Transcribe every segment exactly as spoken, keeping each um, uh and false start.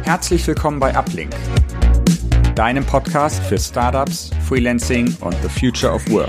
Herzlich willkommen bei Uplink, deinem Podcast für Startups, Freelancing und the Future of Work.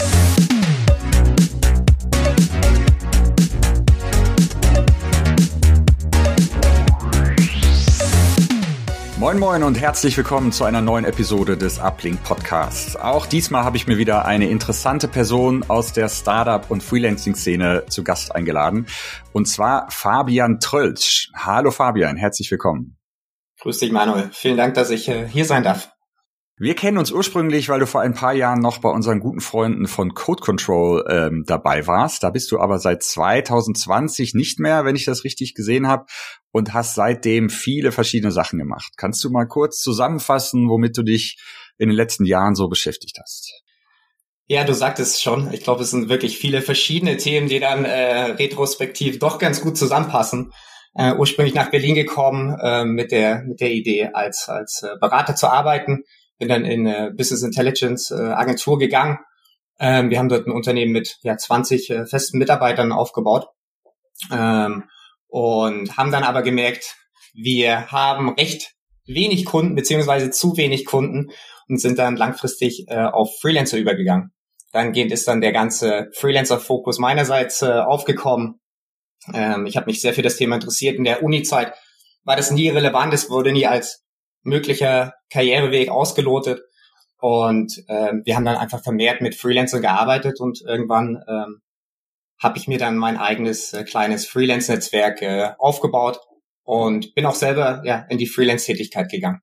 Moin Moin und herzlich willkommen zu einer neuen Episode des Uplink Podcasts. Auch diesmal habe ich mir wieder eine interessante Person aus der Startup- und Freelancing-Szene zu Gast eingeladen. Und zwar Fabian Tröltsch. Hallo Fabian, herzlich willkommen. Grüß dich Manuel, vielen Dank, dass ich äh, hier sein darf. Wir kennen uns ursprünglich, weil du vor ein paar Jahren noch bei unseren guten Freunden von Code Control ähm, dabei warst. Da bist du aber seit zwanzig zwanzig nicht mehr, wenn ich das richtig gesehen habe, und hast seitdem viele verschiedene Sachen gemacht. Kannst du mal kurz zusammenfassen, womit du dich in den letzten Jahren so beschäftigt hast? Ja, du sagtest schon. Ich glaube, es sind wirklich viele verschiedene Themen, die dann äh, retrospektiv doch ganz gut zusammenpassen. Äh, ursprünglich nach Berlin gekommen äh, mit der mit der Idee, als als äh, Berater zu arbeiten. Bin dann in eine Business Intelligence äh, Agentur gegangen. Ähm, wir haben dort ein Unternehmen mit ja zwanzig äh, festen Mitarbeitern aufgebaut ähm, und haben dann aber gemerkt, wir haben recht wenig Kunden beziehungsweise zu wenig Kunden und sind dann langfristig äh, auf Freelancer übergegangen. Dahingehend ist dann der ganze Freelancer-Fokus meinerseits äh, aufgekommen. Ähm, ich habe mich sehr für das Thema interessiert. In der Uni-Zeit war das nie relevant, es wurde nie als möglicher Karriereweg ausgelotet und ähm, wir haben dann einfach vermehrt mit Freelancern gearbeitet und irgendwann ähm, habe ich mir dann mein eigenes äh, kleines Freelance-Netzwerk äh, aufgebaut und bin auch selber ja in die Freelance-Tätigkeit gegangen.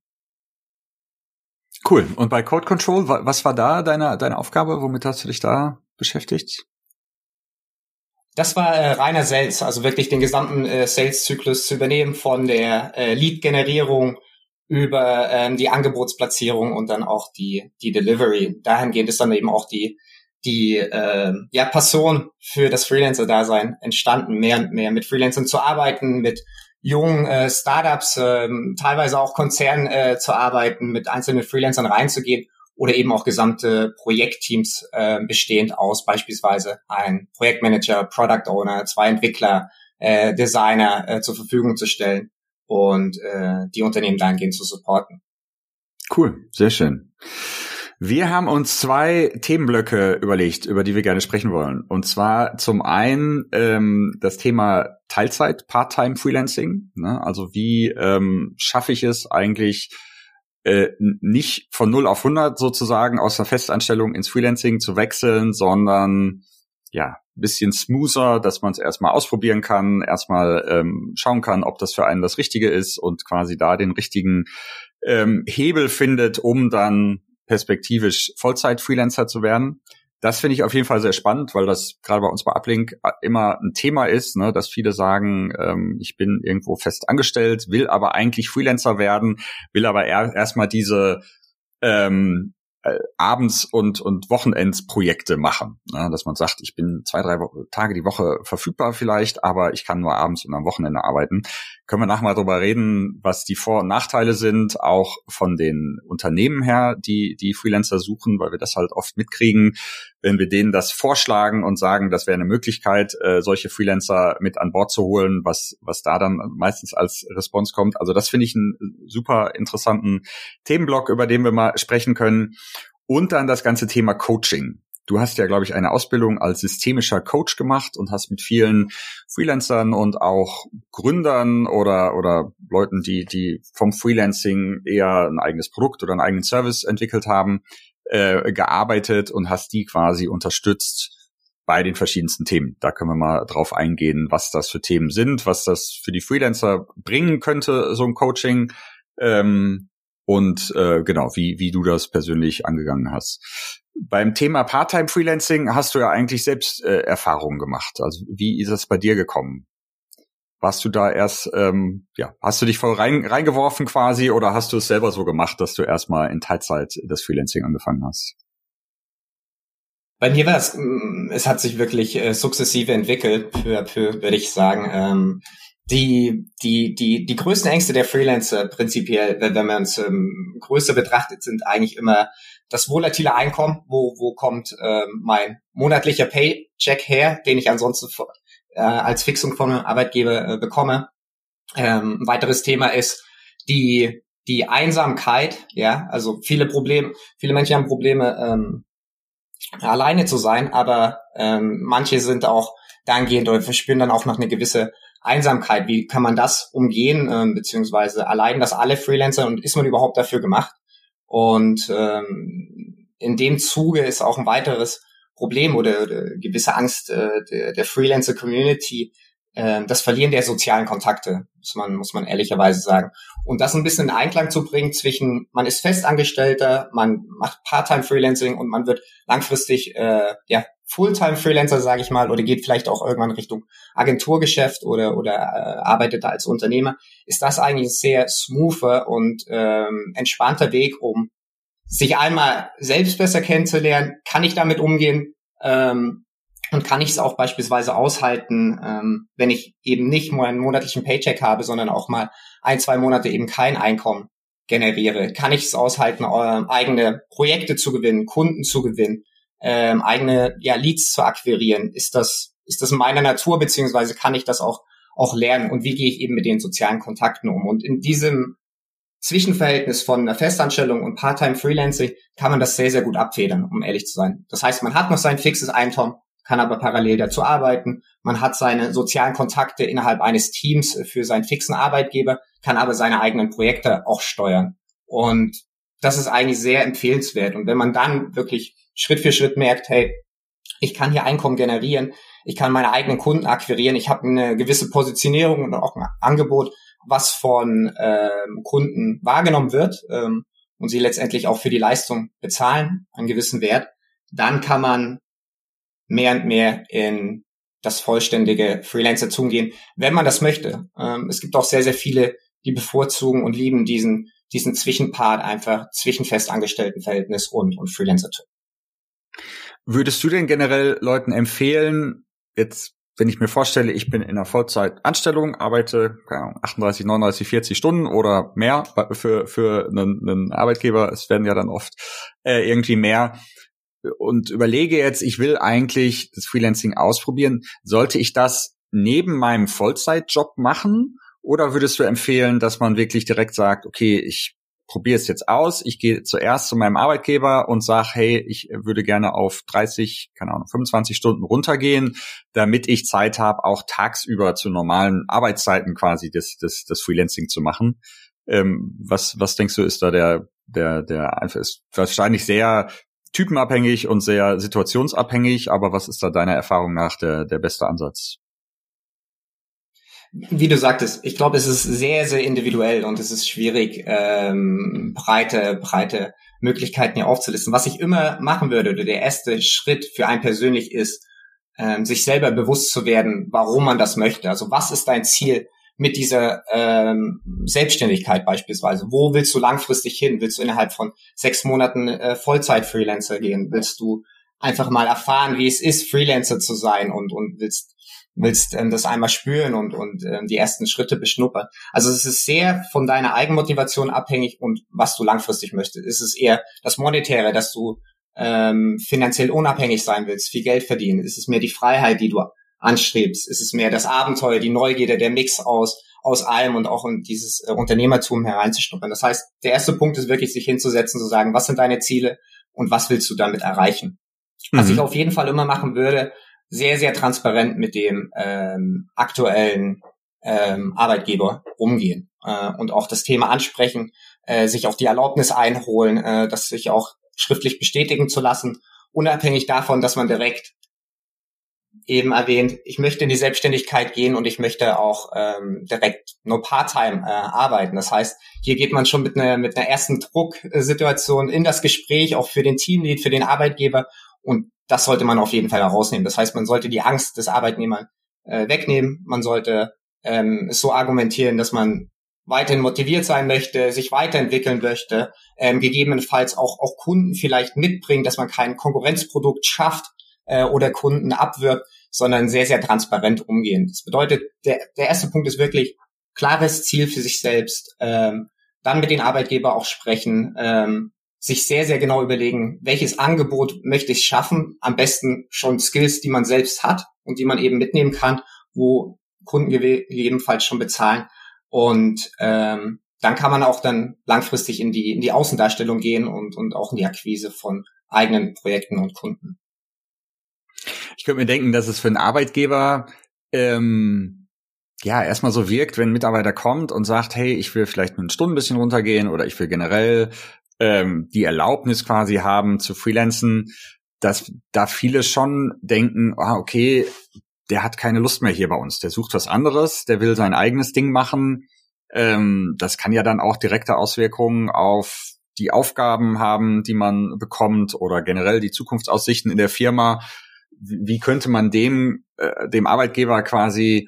Cool. Und bei Code Control, was war da deine deine Aufgabe? Womit hast du dich da beschäftigt? Das war äh, reiner Sales, also wirklich den gesamten äh, Sales-Zyklus zu übernehmen, von der äh, Lead-Generierung über ähm, die Angebotsplatzierung und dann auch die die Delivery. Dahingehend ist dann eben auch die die äh, ja Passion für das Freelancer-Dasein entstanden, mehr und mehr mit Freelancern zu arbeiten, mit jungen äh, Startups, äh, teilweise auch Konzernen äh, zu arbeiten, mit einzelnen Freelancern reinzugehen oder eben auch gesamte Projektteams äh, bestehend aus beispielsweise ein Projektmanager, Product Owner, zwei Entwickler, äh, Designer äh, zur Verfügung zu stellen und äh, die Unternehmen dahingehend zu supporten. Cool, sehr schön. Wir haben uns zwei Themenblöcke überlegt, über die wir gerne sprechen wollen. Und zwar zum einen ähm, das Thema Teilzeit, Part-Time Freelancing. Ne? Also wie ähm, schaffe ich es eigentlich, äh, nicht von null auf hundert sozusagen aus der Festanstellung ins Freelancing zu wechseln, sondern ja ein bisschen smoother, dass man es erstmal ausprobieren kann, erstmal ähm, schauen kann, ob das für einen das Richtige ist und quasi da den richtigen ähm, Hebel findet, um dann perspektivisch Vollzeit-Freelancer zu werden. Das finde ich auf jeden Fall sehr spannend, weil das gerade bei uns bei Uplink immer ein Thema ist, ne, dass viele sagen, ähm, ich bin irgendwo fest angestellt, will aber eigentlich Freelancer werden, will aber er, erstmal diese ähm, äh, Abends- und und Wochenendsprojekte machen. Ne, dass man sagt, ich bin zwei, drei Wo- Tage die Woche verfügbar vielleicht, aber ich kann nur abends und am Wochenende arbeiten. Können wir nachher mal drüber reden, was die Vor- und Nachteile sind, auch von den Unternehmen her, die die Freelancer suchen, weil wir das halt oft mitkriegen, wenn wir denen das vorschlagen und sagen, das wäre eine Möglichkeit, äh, solche Freelancer mit an Bord zu holen, was was da dann meistens als Response kommt. Also das finde ich einen super interessanten Themenblock, über den wir mal sprechen können. Und dann das ganze Thema Coaching. Du hast ja, glaube ich, eine Ausbildung als systemischer Coach gemacht und hast mit vielen Freelancern und auch Gründern oder oder Leuten, die die vom Freelancing eher ein eigenes Produkt oder einen eigenen Service entwickelt haben, äh, gearbeitet und hast die quasi unterstützt bei den verschiedensten Themen. Da können wir mal drauf eingehen, was das für Themen sind, was das für die Freelancer bringen könnte, so ein Coaching. Ähm, und äh, genau, wie wie du das persönlich angegangen hast. Beim Thema Part-Time-Freelancing hast du ja eigentlich selbst äh, Erfahrungen gemacht. Also wie ist das bei dir gekommen? Warst du da erst, ähm, ja, hast du dich voll rein, reingeworfen quasi oder hast du es selber so gemacht, dass du erstmal in Teilzeit das Freelancing angefangen hast? Bei mir war es, es hat sich wirklich äh, sukzessive entwickelt, für, für würde ich sagen. Ähm, die die die die größten Ängste der Freelancer prinzipiell, wenn, wenn man es ähm, größer betrachtet, sind eigentlich immer das volatile Einkommen. Wo wo kommt ähm, mein monatlicher Paycheck her, den ich ansonsten äh, als Fixung von einem Arbeitgeber äh, bekomme? Ähm, ein weiteres Thema ist die die Einsamkeit, ja, also viele Probleme, viele Menschen haben Probleme, ähm, alleine zu sein, aber ähm, manche sind auch dahingehend oder verspüren dann auch noch eine gewisse Einsamkeit. Wie kann man das umgehen, ähm, beziehungsweise allein das alle Freelancer und ist man überhaupt dafür gemacht? Und ähm, in dem Zuge ist auch ein weiteres Problem oder, oder gewisse Angst äh, der, der Freelancer-Community, äh, das Verlieren der sozialen Kontakte, muss man muss man ehrlicherweise sagen. Und das ein bisschen in Einklang zu bringen zwischen, man ist Festangestellter, man macht Part-Time-Freelancing und man wird langfristig äh, ja Fulltime-Freelancer, sage ich mal, oder geht vielleicht auch irgendwann Richtung Agenturgeschäft oder oder äh, arbeitet da als Unternehmer, ist das eigentlich ein sehr smoother und ähm, entspannter Weg, um sich einmal selbst besser kennenzulernen. Kann ich damit umgehen? Ähm, und kann ich es auch beispielsweise aushalten, ähm, wenn ich eben nicht nur einen monatlichen Paycheck habe, sondern auch mal ein, zwei Monate eben kein Einkommen generiere? Kann ich es aushalten, äh, eigene Projekte zu gewinnen, Kunden zu gewinnen, ähm, eigene ja, Leads zu akquirieren? Ist das ist das in meiner Natur, beziehungsweise kann ich das auch auch lernen? Und wie gehe ich eben mit den sozialen Kontakten um? Und in diesem Zwischenverhältnis von einer Festanstellung und Part-Time-Freelancing kann man das sehr, sehr gut abfedern, um ehrlich zu sein. Das heißt, man hat noch sein fixes Einkommen, kann aber parallel dazu arbeiten. Man hat seine sozialen Kontakte innerhalb eines Teams für seinen fixen Arbeitgeber, kann aber seine eigenen Projekte auch steuern. Und das ist eigentlich sehr empfehlenswert. Und wenn man dann wirklich Schritt für Schritt merkt, hey, ich kann hier Einkommen generieren, ich kann meine eigenen Kunden akquirieren, ich habe eine gewisse Positionierung und auch ein Angebot, was von ähm, Kunden wahrgenommen wird ähm, und sie letztendlich auch für die Leistung bezahlen, einen gewissen Wert, dann kann man mehr und mehr in das vollständige Freelancer-Tum gehen, wenn man das möchte. Ähm, es gibt auch sehr, sehr viele, die bevorzugen und lieben diesen diesen Zwischenpart einfach zwischen Festangestelltenverhältnis und, und Freelancer-Tum. Würdest du denn generell Leuten empfehlen, jetzt, wenn ich mir vorstelle, ich bin in einer Vollzeitanstellung, arbeite keine Ahnung, achtunddreißig, neununddreißig, vierzig Stunden oder mehr für für einen, einen Arbeitgeber, es werden ja dann oft äh, irgendwie mehr, und überlege jetzt, ich will eigentlich das Freelancing ausprobieren, sollte ich das neben meinem Vollzeitjob machen, oder würdest du empfehlen, dass man wirklich direkt sagt, okay, ich probiere es jetzt aus, ich gehe zuerst zu meinem Arbeitgeber und sage, hey, ich würde gerne auf dreißig, keine Ahnung, fünfundzwanzig Stunden runtergehen, damit ich Zeit habe, auch tagsüber zu normalen Arbeitszeiten quasi das, das, das Freelancing zu machen. Ähm, was, was denkst du, ist da der, der, der einfach ist wahrscheinlich sehr typenabhängig und sehr situationsabhängig, aber was ist da deiner Erfahrung nach der, der beste Ansatz? Wie du sagtest, ich glaube, es ist sehr, sehr individuell und es ist schwierig, ähm, breite, breite Möglichkeiten hier aufzulisten. Was ich immer machen würde, oder der erste Schritt für einen persönlich ist, ähm, sich selber bewusst zu werden, warum man das möchte. Also was ist dein Ziel mit dieser ähm, Selbstständigkeit beispielsweise? Wo willst du langfristig hin? Willst du innerhalb von sechs Monaten äh, Vollzeit-Freelancer gehen? Willst du einfach mal erfahren, wie es ist, Freelancer zu sein und und willst willst ähm, das einmal spüren und und ähm, die ersten Schritte beschnuppern? Also es ist sehr von deiner Eigenmotivation abhängig und was du langfristig möchtest. Es ist eher das Monetäre, dass du ähm, finanziell unabhängig sein willst, viel Geld verdienen. Es ist mehr die Freiheit, die du anstrebst. Es ist mehr das Abenteuer, die Neugierde, der Mix aus aus allem und auch in dieses äh, Unternehmertum hereinzuschnuppern. Das heißt, der erste Punkt ist wirklich, sich hinzusetzen, zu sagen, was sind deine Ziele und was willst du damit erreichen? Mhm. Was ich auf jeden Fall immer machen würde, sehr, sehr transparent mit dem ähm, aktuellen ähm, Arbeitgeber umgehen äh, und auch das Thema ansprechen, äh, sich auch die Erlaubnis einholen, äh, das sich auch schriftlich bestätigen zu lassen, unabhängig davon, dass man direkt eben erwähnt, ich möchte in die Selbstständigkeit gehen und ich möchte auch ähm, direkt nur Part-Time äh, arbeiten. Das heißt, hier geht man schon mit einer mit einer ersten Drucksituation in das Gespräch, auch für den Teamlead, für den Arbeitgeber, und das sollte man auf jeden Fall herausnehmen. Das heißt, man sollte die Angst des Arbeitnehmers äh, wegnehmen, man sollte ähm, es so argumentieren, dass man weiterhin motiviert sein möchte, sich weiterentwickeln möchte, ähm, gegebenenfalls auch auch Kunden vielleicht mitbringen, dass man kein Konkurrenzprodukt schafft äh, oder Kunden abwirbt, sondern sehr, sehr transparent umgehen. Das bedeutet, der, der erste Punkt ist wirklich klares Ziel für sich selbst, ähm, dann mit den Arbeitgeber auch sprechen, ähm, sich sehr, sehr genau überlegen, welches Angebot möchte ich schaffen, am besten schon Skills, die man selbst hat und die man eben mitnehmen kann, wo Kunden gegebenenfalls schon bezahlen, und ähm, dann kann man auch dann langfristig in die in die Außendarstellung gehen und und auch in die Akquise von eigenen Projekten und Kunden. Ich könnte mir denken, dass es für einen Arbeitgeber ähm, ja erstmal so wirkt, wenn ein Mitarbeiter kommt und sagt, hey, ich will vielleicht mit den Stunden ein bisschen runtergehen oder ich will generell ähm, die Erlaubnis quasi haben zu freelancen, dass da viele schon denken, ah, okay, der hat keine Lust mehr hier bei uns, der sucht was anderes, der will sein eigenes Ding machen. Ähm, das kann ja dann auch direkte Auswirkungen auf die Aufgaben haben, die man bekommt oder generell die Zukunftsaussichten in der Firma. Wie könnte man dem äh, dem Arbeitgeber quasi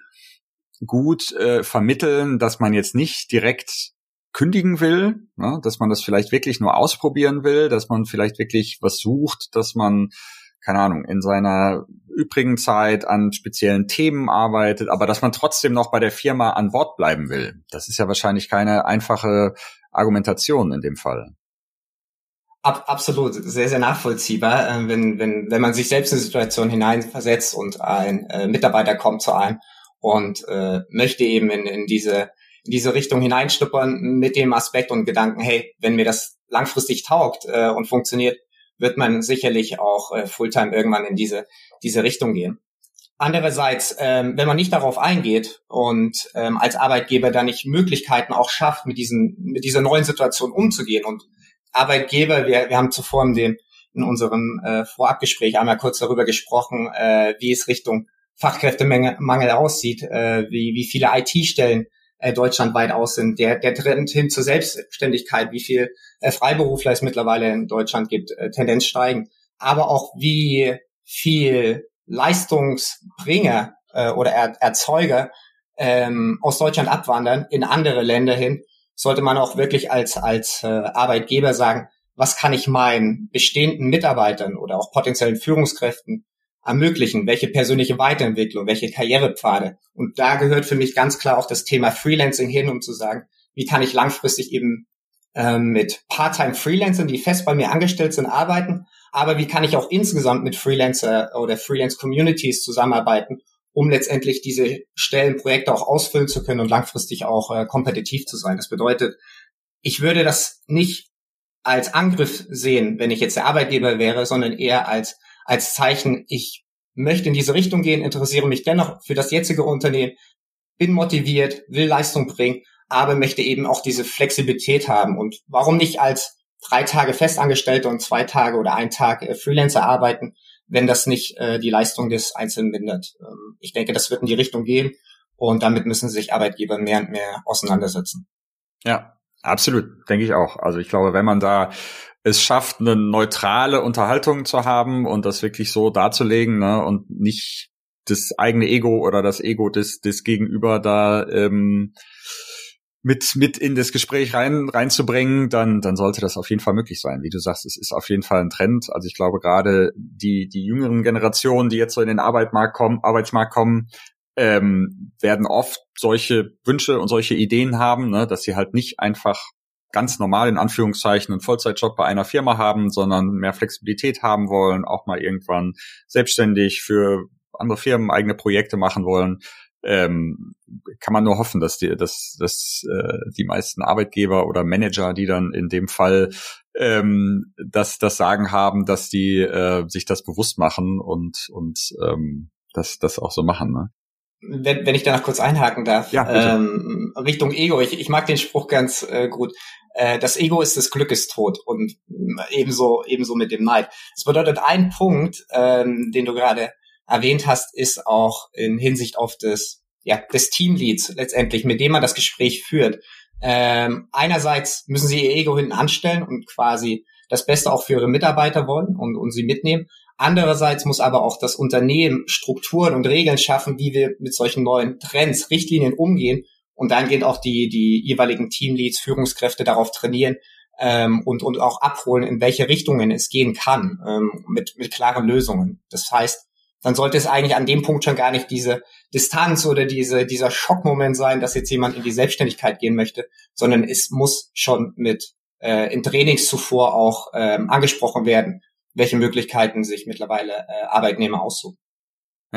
gut äh, vermitteln, dass man jetzt nicht direkt kündigen will, ne? Dass man das vielleicht wirklich nur ausprobieren will, dass man vielleicht wirklich was sucht, dass man, keine Ahnung, in seiner übrigen Zeit an speziellen Themen arbeitet, aber dass man trotzdem noch bei der Firma an Bord bleiben will. Das ist ja wahrscheinlich keine einfache Argumentation in dem Fall. Ab, absolut, sehr, sehr nachvollziehbar, äh, wenn, wenn, wenn man sich selbst in eine Situation hineinversetzt und ein äh, Mitarbeiter kommt zu einem und äh, möchte eben in, in diese in diese Richtung hineinschnuppern mit dem Aspekt und Gedanken, hey, wenn mir das langfristig taugt äh, und funktioniert, wird man sicherlich auch äh, Fulltime irgendwann in diese diese Richtung gehen. Andererseits, ähm, wenn man nicht darauf eingeht und ähm, als Arbeitgeber dann nicht Möglichkeiten auch schafft, mit diesen mit dieser neuen Situation umzugehen und Arbeitgeber, wir, wir haben zuvor in, dem, in unserem äh, Vorabgespräch einmal kurz darüber gesprochen, äh, wie es Richtung Fachkräftemangel aussieht, äh, wie, wie viele I T-Stellen äh, deutschlandweit aus sind, der, der Trend hin zur Selbstständigkeit, wie viel äh, Freiberufler es mittlerweile in Deutschland gibt, äh, Tendenz steigen, aber auch wie viel Leistungsbringer äh, oder er, Erzeuger ähm, aus Deutschland abwandern in andere Länder hin, sollte man auch wirklich als als äh, Arbeitgeber sagen, was kann ich meinen bestehenden Mitarbeitern oder auch potenziellen Führungskräften ermöglichen, welche persönliche Weiterentwicklung, welche Karrierepfade. Und da gehört für mich ganz klar auch das Thema Freelancing hin, um zu sagen, wie kann ich langfristig eben ähm, mit Part-Time-Freelancern, die fest bei mir angestellt sind, arbeiten, aber wie kann ich auch insgesamt mit Freelancer oder Freelance-Communities zusammenarbeiten, um letztendlich diese Stellenprojekte auch ausfüllen zu können und langfristig auch äh, kompetitiv zu sein. Das bedeutet, ich würde das nicht als Angriff sehen, wenn ich jetzt der Arbeitgeber wäre, sondern eher als als Zeichen, ich möchte in diese Richtung gehen, interessiere mich dennoch für das jetzige Unternehmen, bin motiviert, will Leistung bringen, aber möchte eben auch diese Flexibilität haben. Und warum nicht als drei Tage Festangestellte und zwei Tage oder ein Tag äh, Freelancer arbeiten, wenn das nicht äh, die Leistung des Einzelnen mindert. Ähm, ich denke, das wird in die Richtung gehen und damit müssen sich Arbeitgeber mehr und mehr auseinandersetzen. Ja, absolut, denke ich auch. Also ich glaube, wenn man da es schafft, eine neutrale Unterhaltung zu haben und das wirklich so darzulegen, ne, und nicht das eigene Ego oder das Ego des des Gegenüber da ähm, mit mit in das Gespräch rein reinzubringen, dann dann sollte das auf jeden Fall möglich sein. Wie du sagst, es ist auf jeden Fall ein Trend. Also ich glaube gerade die die jüngeren Generationen, die jetzt so in den Arbeitsmarkt kommen, Arbeitsmarkt kommen, ähm, werden oft solche Wünsche und solche Ideen haben, ne, dass sie halt nicht einfach ganz normal in Anführungszeichen einen Vollzeitjob bei einer Firma haben, sondern mehr Flexibilität haben wollen, auch mal irgendwann selbstständig für andere Firmen eigene Projekte machen wollen. Ähm, kann man nur hoffen, dass die, dass, dass äh, die meisten Arbeitgeber oder Manager, die dann in dem Fall ähm, das, das Sagen haben, dass die äh, sich das bewusst machen und und ähm, das, das auch so machen, ne? Wenn, wenn ich da noch kurz einhaken darf, ja, ähm, Richtung Ego, ich, ich mag den Spruch ganz äh, gut. Äh, das Ego ist des Glückes tot und ebenso ebenso mit dem Neid. Das bedeutet, ein Punkt, ähm, den du gerade erwähnt hast, ist auch in Hinsicht auf das ja des Teamleads letztendlich, mit dem man das Gespräch führt. Ähm, einerseits müssen sie ihr Ego hinten anstellen und quasi das Beste auch für ihre Mitarbeiter wollen und, und sie mitnehmen. Andererseits muss aber auch das Unternehmen Strukturen und Regeln schaffen, wie wir mit solchen neuen Trends, Richtlinien umgehen und dahingehend auch die die jeweiligen Teamleads, Führungskräfte darauf trainieren ähm, und und auch abholen, in welche Richtungen es gehen kann, ähm, mit mit klaren Lösungen. Das heißt, dann sollte es eigentlich an dem Punkt schon gar nicht diese Distanz oder diese dieser Schockmoment sein, dass jetzt jemand in die Selbstständigkeit gehen möchte, sondern es muss schon mit äh, in Trainings zuvor auch ähm, angesprochen werden, welche Möglichkeiten sich mittlerweile äh, Arbeitnehmer aussuchen. Ja,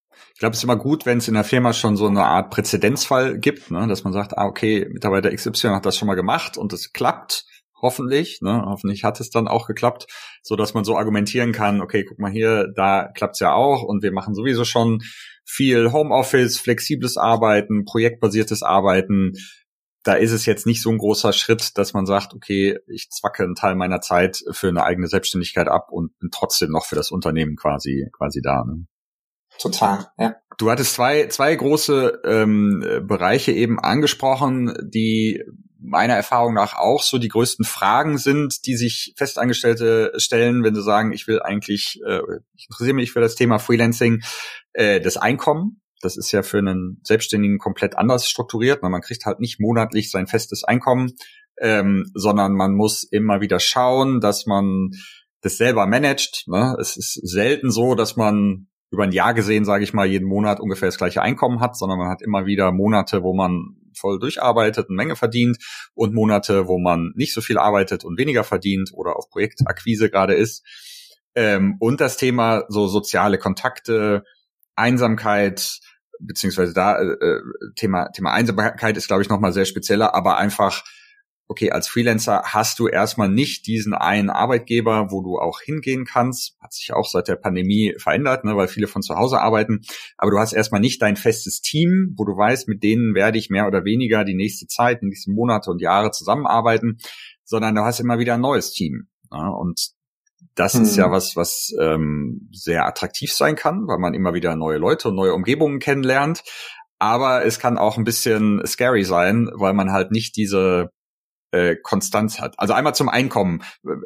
Ich glaube, es ist immer gut, wenn es in der Firma schon so eine Art Präzedenzfall gibt, ne, dass man sagt, ah, okay, Mitarbeiter X Y hat das schon mal gemacht und es klappt, hoffentlich, ne, hoffentlich hat es dann auch geklappt, so dass man so argumentieren kann, okay, guck mal hier, da klappt's ja auch und wir machen sowieso schon viel Homeoffice, flexibles Arbeiten, projektbasiertes Arbeiten. Da ist es jetzt nicht so ein großer Schritt, dass man sagt, okay, ich zwacke einen Teil meiner Zeit für eine eigene Selbstständigkeit ab und bin trotzdem noch für das Unternehmen quasi quasi da. Ne? Total, ja. Du hattest zwei zwei große ähm, Bereiche eben angesprochen, die meiner Erfahrung nach auch so die größten Fragen sind, die sich Festangestellte stellen, wenn sie sagen, ich will eigentlich, äh, ich interessiere mich für das Thema Freelancing, äh, das Einkommen. Das ist ja für einen Selbstständigen komplett anders strukturiert. Man kriegt halt nicht monatlich sein festes Einkommen, ähm, sondern man muss immer wieder schauen, dass man das selber managt. Ne? Es ist selten so, dass man über ein Jahr gesehen, sage ich mal, jeden Monat ungefähr das gleiche Einkommen hat, sondern man hat immer wieder Monate, wo man voll durcharbeitet, eine Menge verdient und Monate, wo man nicht so viel arbeitet und weniger verdient oder auf Projektakquise gerade ist. Ähm, und das Thema so soziale Kontakte, Einsamkeit, beziehungsweise da äh, Thema Thema Einsamkeit ist, glaube ich, nochmal sehr spezieller, aber einfach, okay, als Freelancer hast du erstmal nicht diesen einen Arbeitgeber, wo du auch hingehen kannst. Hat sich auch seit der Pandemie verändert, ne, weil viele von zu Hause arbeiten. Aber du hast erstmal nicht dein festes Team, wo du weißt, mit denen werde ich mehr oder weniger die nächste Zeit, die nächsten Monate und Jahre zusammenarbeiten, sondern du hast immer wieder ein neues Team. Ja, und das hm. ist ja was, was ähm, sehr attraktiv sein kann, weil man immer wieder neue Leute und neue Umgebungen kennenlernt. Aber es kann auch ein bisschen scary sein, weil man halt nicht diese Äh, Konstanz hat. Also einmal zum Einkommen.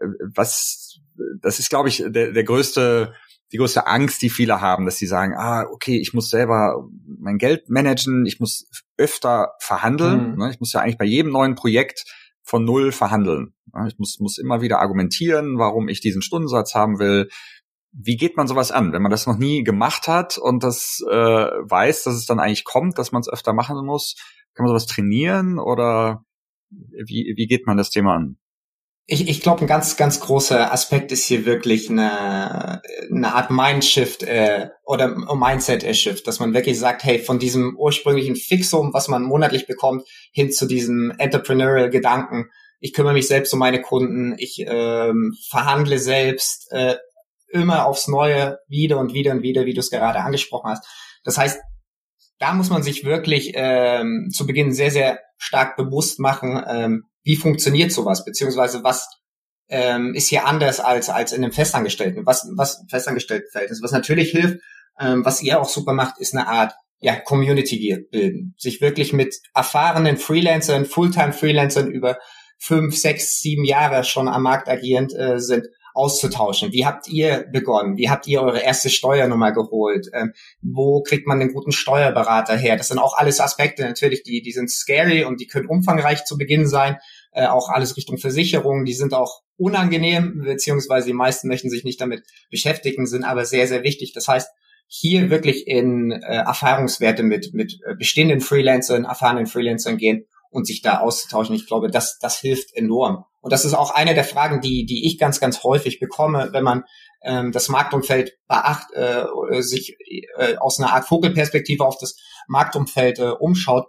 Was, das ist, glaube ich, der, der größte, die größte Angst, die viele haben, dass sie sagen, ah, okay, ich muss selber mein Geld managen, ich muss öfter verhandeln. Mhm. Ich muss ja eigentlich bei jedem neuen Projekt von null verhandeln. Ich muss, muss immer wieder argumentieren, warum ich diesen Stundensatz haben will. Wie geht man sowas an, wenn man das noch nie gemacht hat und das äh, weiß, dass es dann eigentlich kommt, dass man es öfter machen muss? Kann man sowas trainieren oder Wie, wie geht man das Thema an? Ich, ich glaube, ein ganz, ganz großer Aspekt ist hier wirklich eine, eine Art Mindshift äh, oder Mindset-Shift, dass man wirklich sagt, hey, von diesem ursprünglichen Fixum, was man monatlich bekommt, hin zu diesem Entrepreneurial-Gedanken, ich kümmere mich selbst um meine Kunden, ich ähm, verhandle selbst äh, immer aufs Neue, wieder und wieder und wieder, wie du es gerade angesprochen hast. Das heißt, da muss man sich wirklich ähm, zu Beginn sehr, sehr stark bewusst machen, ähm, wie funktioniert sowas, beziehungsweise was ähm, ist hier anders als als in einem Festangestellten, was was Festangestelltenverhältnis. Was natürlich hilft, ähm, was ihr auch super macht, ist eine Art ja Community bilden, sich wirklich mit erfahrenen Freelancern, Fulltime-Freelancern über fünf, sechs, sieben Jahre schon am Markt agierend äh, sind, auszutauschen. Wie habt ihr begonnen? Wie habt ihr eure erste Steuernummer geholt? Ähm, wo kriegt man den guten Steuerberater her? Das sind auch alles Aspekte natürlich, die die sind scary und die können umfangreich zu Beginn sein. Äh, auch alles Richtung Versicherungen, die sind auch unangenehm, beziehungsweise die meisten möchten sich nicht damit beschäftigen, sind aber sehr, sehr wichtig. Das heißt, hier wirklich in äh, Erfahrungswerte mit mit äh, bestehenden Freelancern, erfahrenen Freelancern gehen und sich da auszutauschen. Ich glaube, das das hilft enorm. Und das ist auch eine der Fragen, die die ich ganz, ganz häufig bekomme, wenn man ähm, das Marktumfeld beacht, äh, sich äh, aus einer Art Vogelperspektive auf das Marktumfeld äh, umschaut.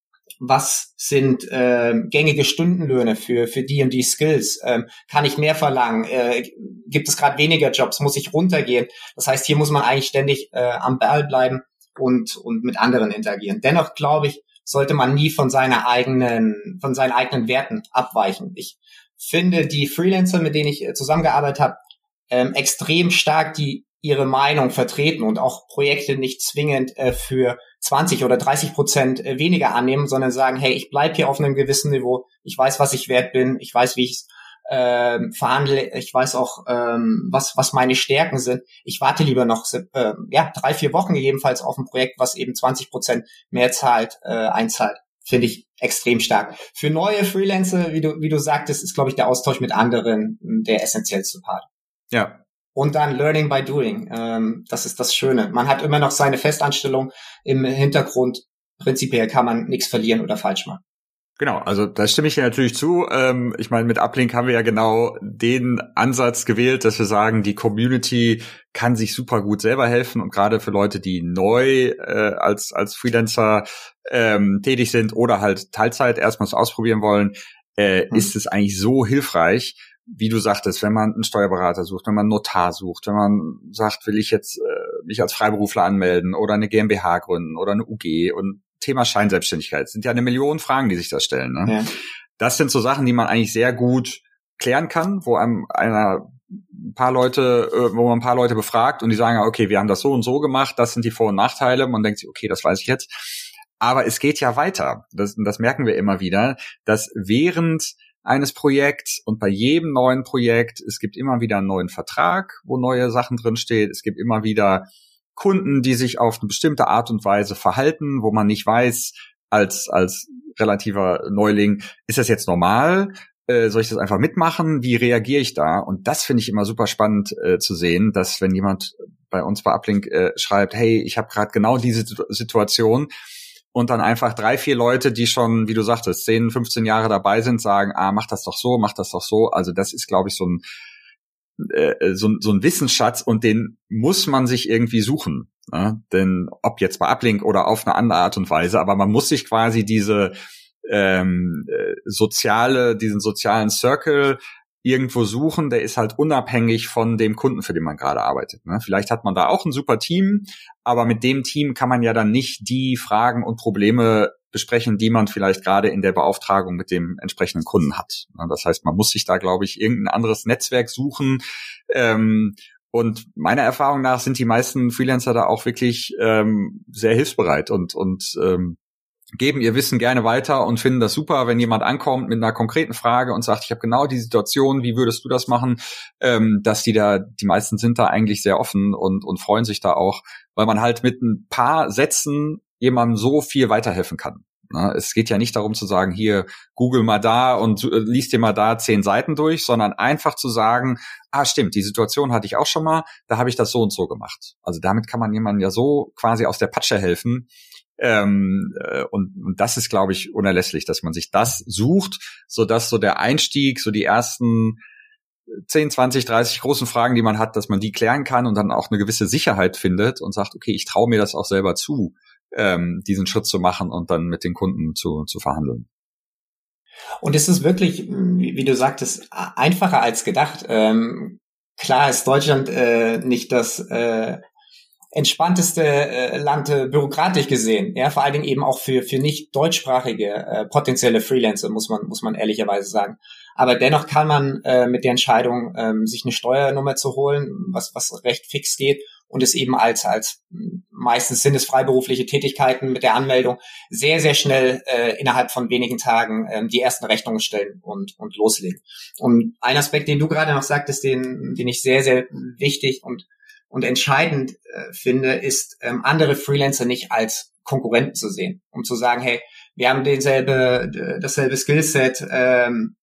Was sind äh, gängige Stundenlöhne für für die und die Skills? Ähm, kann ich mehr verlangen? Äh, gibt es gerade weniger Jobs? Muss ich runtergehen? Das heißt, hier muss man eigentlich ständig äh, am Ball bleiben und und mit anderen interagieren. Dennoch glaube ich, sollte man nie von seiner eigenen, von seinen eigenen Werten abweichen. Ich finde die Freelancer, mit denen ich zusammengearbeitet habe, ähm, extrem stark, die ihre Meinung vertreten und auch Projekte nicht zwingend äh, für zwanzig oder dreißig Prozent weniger annehmen, sondern sagen, hey, ich bleib hier auf einem gewissen Niveau, ich weiß, was ich wert bin, ich weiß, wie ich äh, verhandle, ich weiß auch, ähm, was was meine Stärken sind. Ich warte lieber noch äh, ja drei, vier Wochen gegebenenfalls auf ein Projekt, was eben zwanzig Prozent mehr zahlt, äh, einzahlt. Finde ich extrem stark. Für neue Freelancer, wie du wie du sagtest, ist, glaube ich, der Austausch mit anderen der essentiellste Part. Ja. Und dann Learning by Doing. Ähm, das ist das Schöne. Man hat immer noch seine Festanstellung im Hintergrund. Prinzipiell kann man nichts verlieren oder falsch machen. Genau, also da stimme ich dir natürlich zu. Ähm, ich meine, mit Uplink haben wir ja genau den Ansatz gewählt, dass wir sagen, die Community kann sich super gut selber helfen und gerade für Leute, die neu äh, als als Freelancer ähm, tätig sind oder halt Teilzeit erstmals ausprobieren wollen, äh, hm. ist es eigentlich so hilfreich, wie du sagtest, wenn man einen Steuerberater sucht, wenn man einen Notar sucht, wenn man sagt, will ich jetzt äh, mich als Freiberufler anmelden oder eine GmbH gründen oder eine U G und Thema Scheinselbstständigkeit. Es sind ja eine Million Fragen, die sich da stellen. Ne? Ja. Das sind so Sachen, die man eigentlich sehr gut klären kann, wo einem einer ein paar Leute, wo man ein paar Leute befragt und die sagen, okay, wir haben das so und so gemacht, das sind die Vor- und Nachteile. Man denkt sich, okay, das weiß ich jetzt. Aber es geht ja weiter. Das, das merken wir immer wieder, dass während eines Projekts und bei jedem neuen Projekt, es gibt immer wieder einen neuen Vertrag, wo neue Sachen drinstehen. Es gibt immer wieder Kunden, die sich auf eine bestimmte Art und Weise verhalten, wo man nicht weiß, als als relativer Neuling, ist das jetzt normal? Äh, soll ich das einfach mitmachen? Wie reagiere ich da? Und das finde ich immer super spannend äh, zu sehen, dass wenn jemand bei uns bei Uplink äh, schreibt, hey, ich habe gerade genau diese Situation und dann einfach drei, vier Leute, die schon, wie du sagtest, zehn, fünfzehn Jahre dabei sind, sagen, ah, mach das doch so, mach das doch so. Also das ist, glaube ich, so ein So, so ein Wissensschatz und den muss man sich irgendwie suchen. Ja? Denn ob jetzt bei Uplink oder auf eine andere Art und Weise, aber man muss sich quasi diese ähm, soziale, diesen sozialen Circle irgendwo suchen, der ist halt unabhängig von dem Kunden, für den man gerade arbeitet. Ne? Vielleicht hat man da auch ein super Team, aber mit dem Team kann man ja dann nicht die Fragen und Probleme besprechen, die man vielleicht gerade in der Beauftragung mit dem entsprechenden Kunden hat. Das heißt, man muss sich da, glaube ich, irgendein anderes Netzwerk suchen. Ähm, und meiner Erfahrung nach sind die meisten Freelancer da auch wirklich ähm, sehr hilfsbereit und und ähm, geben ihr Wissen gerne weiter und finden das super, wenn jemand ankommt mit einer konkreten Frage und sagt, ich habe genau die Situation, wie würdest du das machen? Ähm, dass die da, die meisten sind da eigentlich sehr offen und und freuen sich da auch, weil man halt mit ein paar Sätzen jemandem so viel weiterhelfen kann. Es geht ja nicht darum zu sagen, hier, google mal da und liest dir mal da zehn Seiten durch, sondern einfach zu sagen, ah, stimmt, die Situation hatte ich auch schon mal, da habe ich das so und so gemacht. Also damit kann man jemandem ja so quasi aus der Patsche helfen. Ähm, und, und das ist, glaube ich, unerlässlich, dass man sich das sucht, sodass so der Einstieg, so die ersten zehn, zwanzig, dreißig großen Fragen, die man hat, dass man die klären kann und dann auch eine gewisse Sicherheit findet und sagt, okay, ich traue mir das auch selber zu, ähm, diesen Schritt zu machen und dann mit den Kunden zu, zu verhandeln. Und es ist wirklich, wie du sagtest, einfacher als gedacht. Ähm, klar ist Deutschland äh, nicht das äh, entspannteste äh, Land äh, bürokratisch gesehen, ja, vor allen Dingen eben auch für für nicht deutschsprachige äh, potenzielle Freelancer, muss man muss man ehrlicherweise sagen. Aber dennoch kann man äh, mit der Entscheidung, ähm, sich eine Steuernummer zu holen, was was recht fix geht und es eben als als meistens sind es freiberufliche Tätigkeiten mit der Anmeldung sehr sehr schnell äh, innerhalb von wenigen Tagen ähm, die ersten Rechnungen stellen und und loslegen. Und ein Aspekt, den du gerade noch sagtest, den den ich sehr sehr wichtig und und entscheidend äh, finde, ist, ähm, andere Freelancer nicht als Konkurrenten zu sehen, um zu sagen, hey, wir haben denselbe, dasselbe Skillset, ähm,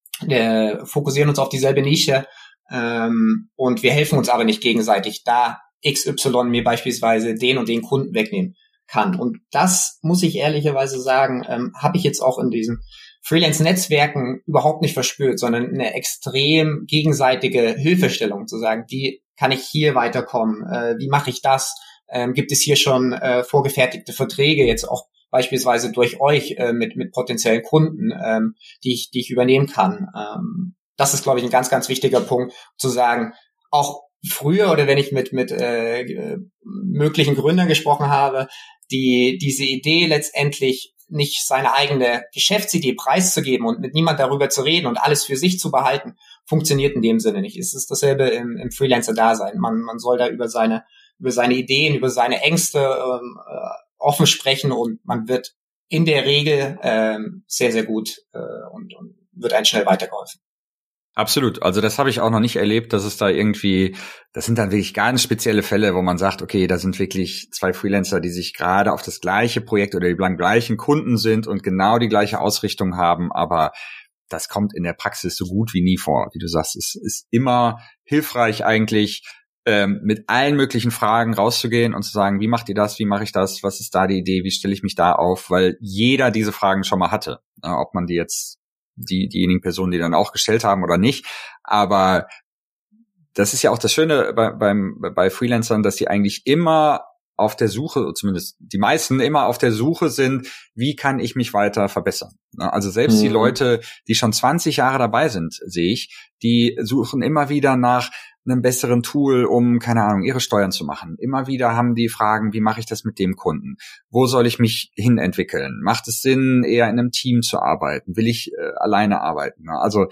äh, fokussieren uns auf dieselbe Nische ähm, und wir helfen uns aber nicht gegenseitig, da X Y mir beispielsweise den und den Kunden wegnehmen kann. Und das muss ich ehrlicherweise sagen, ähm, habe ich jetzt auch in diesen Freelance-Netzwerken überhaupt nicht verspürt, sondern eine extrem gegenseitige Hilfestellung, zu sagen, wie kann ich hier weiterkommen, äh, wie mache ich das, ähm, gibt es hier schon äh, vorgefertigte Verträge, jetzt auch beispielsweise durch euch äh, mit mit potenziellen Kunden, ähm, die ich die ich übernehmen kann. Ähm, das ist, glaube ich, ein ganz, ganz wichtiger Punkt, zu sagen, auch früher oder wenn ich mit mit äh, möglichen Gründern gesprochen habe, die diese Idee letztendlich nicht seine eigene Geschäftsidee preiszugeben und mit niemand darüber zu reden und alles für sich zu behalten, funktioniert in dem Sinne nicht. Es ist dasselbe im, im Freelancer-Dasein. Man, man soll da über seine, über seine Ideen, über seine Ängste ähm, äh, offen sprechen und man wird in der Regel ähm, sehr, sehr gut äh, und, und wird einem schnell weitergeholfen. Absolut. Also das habe ich auch noch nicht erlebt, dass es da irgendwie, das sind dann wirklich ganz spezielle Fälle, wo man sagt, okay, da sind wirklich zwei Freelancer, die sich gerade auf das gleiche Projekt oder die gleichen Kunden sind und genau die gleiche Ausrichtung haben, aber das kommt in der Praxis so gut wie nie vor. Wie du sagst, es ist immer hilfreich eigentlich, ähm, mit allen möglichen Fragen rauszugehen und zu sagen, wie macht ihr das, wie mache ich das, was ist da die Idee, wie stelle ich mich da auf, weil jeder diese Fragen schon mal hatte, ja, ob man die jetzt, die diejenigen Personen, die dann auch gestellt haben oder nicht, aber das ist ja auch das Schöne bei, beim, bei Freelancern, dass sie eigentlich immer auf der Suche, zumindest die meisten immer auf der Suche sind, wie kann ich mich weiter verbessern. Also selbst mhm. die Leute, die schon zwanzig Jahre dabei sind, sehe ich, die suchen immer wieder nach einem besseren Tool, um, keine Ahnung, ihre Steuern zu machen. Immer wieder haben die Fragen, wie mache ich das mit dem Kunden? Wo soll ich mich hin entwickeln? Macht es Sinn, eher in einem Team zu arbeiten? Will ich äh, alleine arbeiten? Also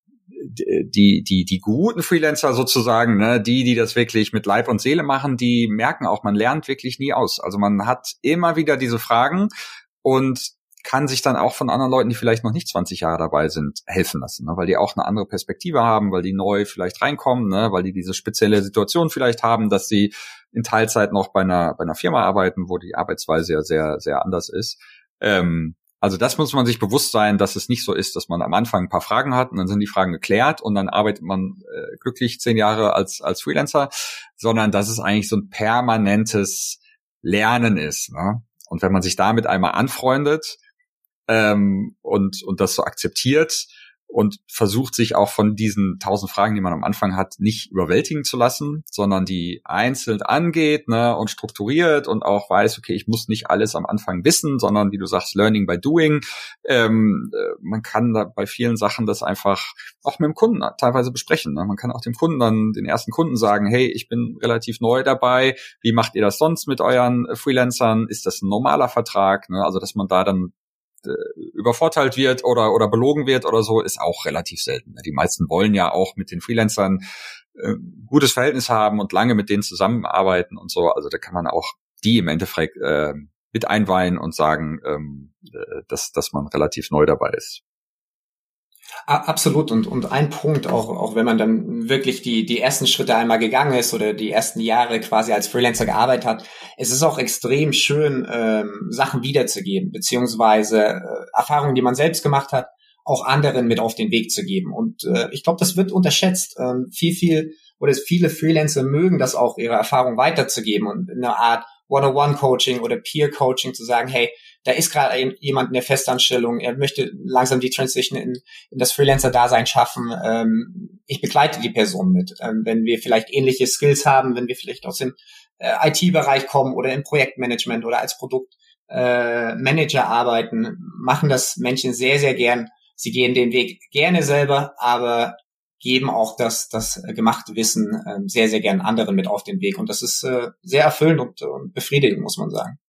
die die die guten Freelancer sozusagen, ne, die die das wirklich mit Leib und Seele machen, die merken auch, man lernt wirklich nie aus. Also man hat immer wieder diese Fragen und kann sich dann auch von anderen Leuten, die vielleicht noch nicht zwanzig Jahre dabei sind, helfen lassen, ne, weil die auch eine andere Perspektive haben, weil die neu vielleicht reinkommen, ne, weil die diese spezielle Situation vielleicht haben, dass sie in Teilzeit noch bei einer bei einer Firma arbeiten, wo die Arbeitsweise ja sehr sehr anders ist. Ähm, Also das muss man sich bewusst sein, dass es nicht so ist, dass man am Anfang ein paar Fragen hat und dann sind die Fragen geklärt und dann arbeitet man äh, glücklich zehn Jahre als als Freelancer, sondern dass es eigentlich so ein permanentes Lernen ist, ne? Und wenn man sich damit einmal anfreundet ähm, und und das so akzeptiert und versucht, sich auch von diesen tausend Fragen, die man am Anfang hat, nicht überwältigen zu lassen, sondern die einzeln angeht, ne, und strukturiert und auch weiß, okay, ich muss nicht alles am Anfang wissen, sondern wie du sagst, Learning by Doing. Ähm, man kann da bei vielen Sachen das einfach auch mit dem Kunden teilweise besprechen, ne? Man kann auch dem Kunden dann, den ersten Kunden sagen, hey, ich bin relativ neu dabei, wie macht ihr das sonst mit euren Freelancern? Ist das ein normaler Vertrag? Ne? Also, dass man da dann übervorteilt wird oder oder belogen wird oder so, ist auch relativ selten. Die meisten wollen ja auch mit den Freelancern äh, gutes Verhältnis haben und lange mit denen zusammenarbeiten und so. Also da kann man auch die im Endeffekt äh, mit einweihen und sagen, ähm, dass dass man relativ neu dabei ist. Absolut. Und, und ein Punkt, auch, auch wenn man dann wirklich die, die ersten Schritte einmal gegangen ist oder die ersten Jahre quasi als Freelancer gearbeitet hat, es ist auch extrem schön, ähm, Sachen wiederzugeben, beziehungsweise äh, Erfahrungen, die man selbst gemacht hat, auch anderen mit auf den Weg zu geben. Und äh, ich glaube, das wird unterschätzt. Ähm, viel, viel, oder viele Freelancer mögen das auch, ihre Erfahrung weiterzugeben und in einer Art One-on-One-Coaching oder Peer-Coaching zu sagen, hey, da ist gerade jemand in der Festanstellung, er möchte langsam die Transition in, in das Freelancer-Dasein schaffen. Ähm, ich begleite die Person mit. Ähm, wenn wir vielleicht ähnliche Skills haben, wenn wir vielleicht aus dem äh, I T-Bereich kommen oder im Projektmanagement oder als Produktmanager äh, arbeiten, machen das Menschen sehr, sehr gern. Sie gehen den Weg gerne selber, aber geben auch das, das gemachte Wissen äh, sehr, sehr gern anderen mit auf den Weg. Und das ist äh, sehr erfüllend und, und befriedigend, muss man sagen.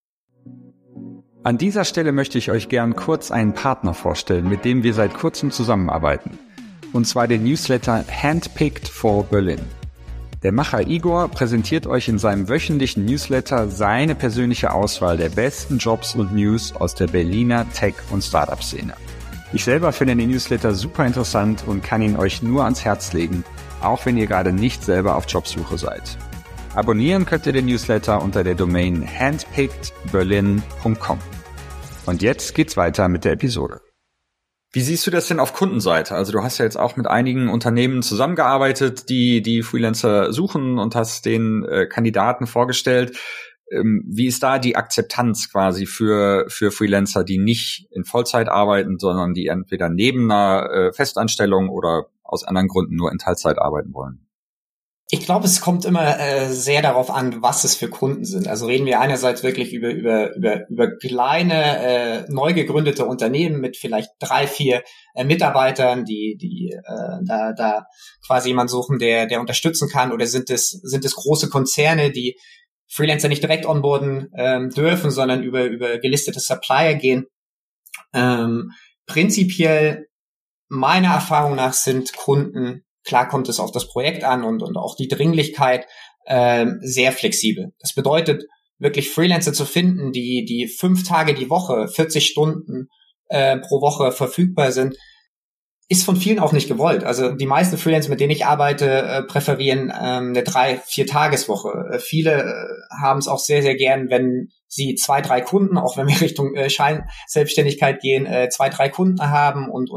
An dieser Stelle möchte ich euch gern kurz einen Partner vorstellen, mit dem wir seit kurzem zusammenarbeiten. Und zwar den Newsletter Handpicked for Berlin. Der Macher Igor präsentiert euch in seinem wöchentlichen Newsletter seine persönliche Auswahl der besten Jobs und News aus der Berliner Tech- und Startup-Szene. Ich selber finde den Newsletter super interessant und kann ihn euch nur ans Herz legen, auch wenn ihr gerade nicht selber auf Jobsuche seid. Abonnieren könnt ihr den Newsletter unter der Domain handpicked berlin punkt com. Und jetzt geht's weiter mit der Episode. Wie siehst du das denn auf Kundenseite? Also du hast ja jetzt auch mit einigen Unternehmen zusammengearbeitet, die die Freelancer suchen und hast den äh, Kandidaten vorgestellt. Ähm, wie ist da die Akzeptanz quasi für für Freelancer, die nicht in Vollzeit arbeiten, sondern die entweder neben einer äh, Festanstellung oder aus anderen Gründen nur in Teilzeit arbeiten wollen? Ich glaube, es kommt immer äh, sehr darauf an, was es für Kunden sind. Also reden wir einerseits wirklich über über über über kleine äh, neu gegründete Unternehmen mit vielleicht drei, vier äh, Mitarbeitern, die die äh, da da quasi jemanden suchen, der der unterstützen kann, oder sind es sind es große Konzerne, die Freelancer nicht direkt onboarden ähm, dürfen, sondern über über gelistete Supplier gehen. Ähm, prinzipiell meiner Erfahrung nach sind Kunden, klar kommt es auf das Projekt an und, und auch die Dringlichkeit, äh, sehr flexibel. Das bedeutet, wirklich Freelancer zu finden, die die fünf Tage die Woche, vierzig Stunden äh, pro Woche verfügbar sind, ist von vielen auch nicht gewollt. Also die meisten Freelancer, mit denen ich arbeite, äh, präferieren ähm, eine drei-, vier-Tageswoche. Äh, viele äh, haben es auch sehr, sehr gern, wenn sie zwei, drei Kunden, auch wenn wir Richtung äh, Scheinselbstständigkeit gehen, äh, zwei, drei Kunden haben und und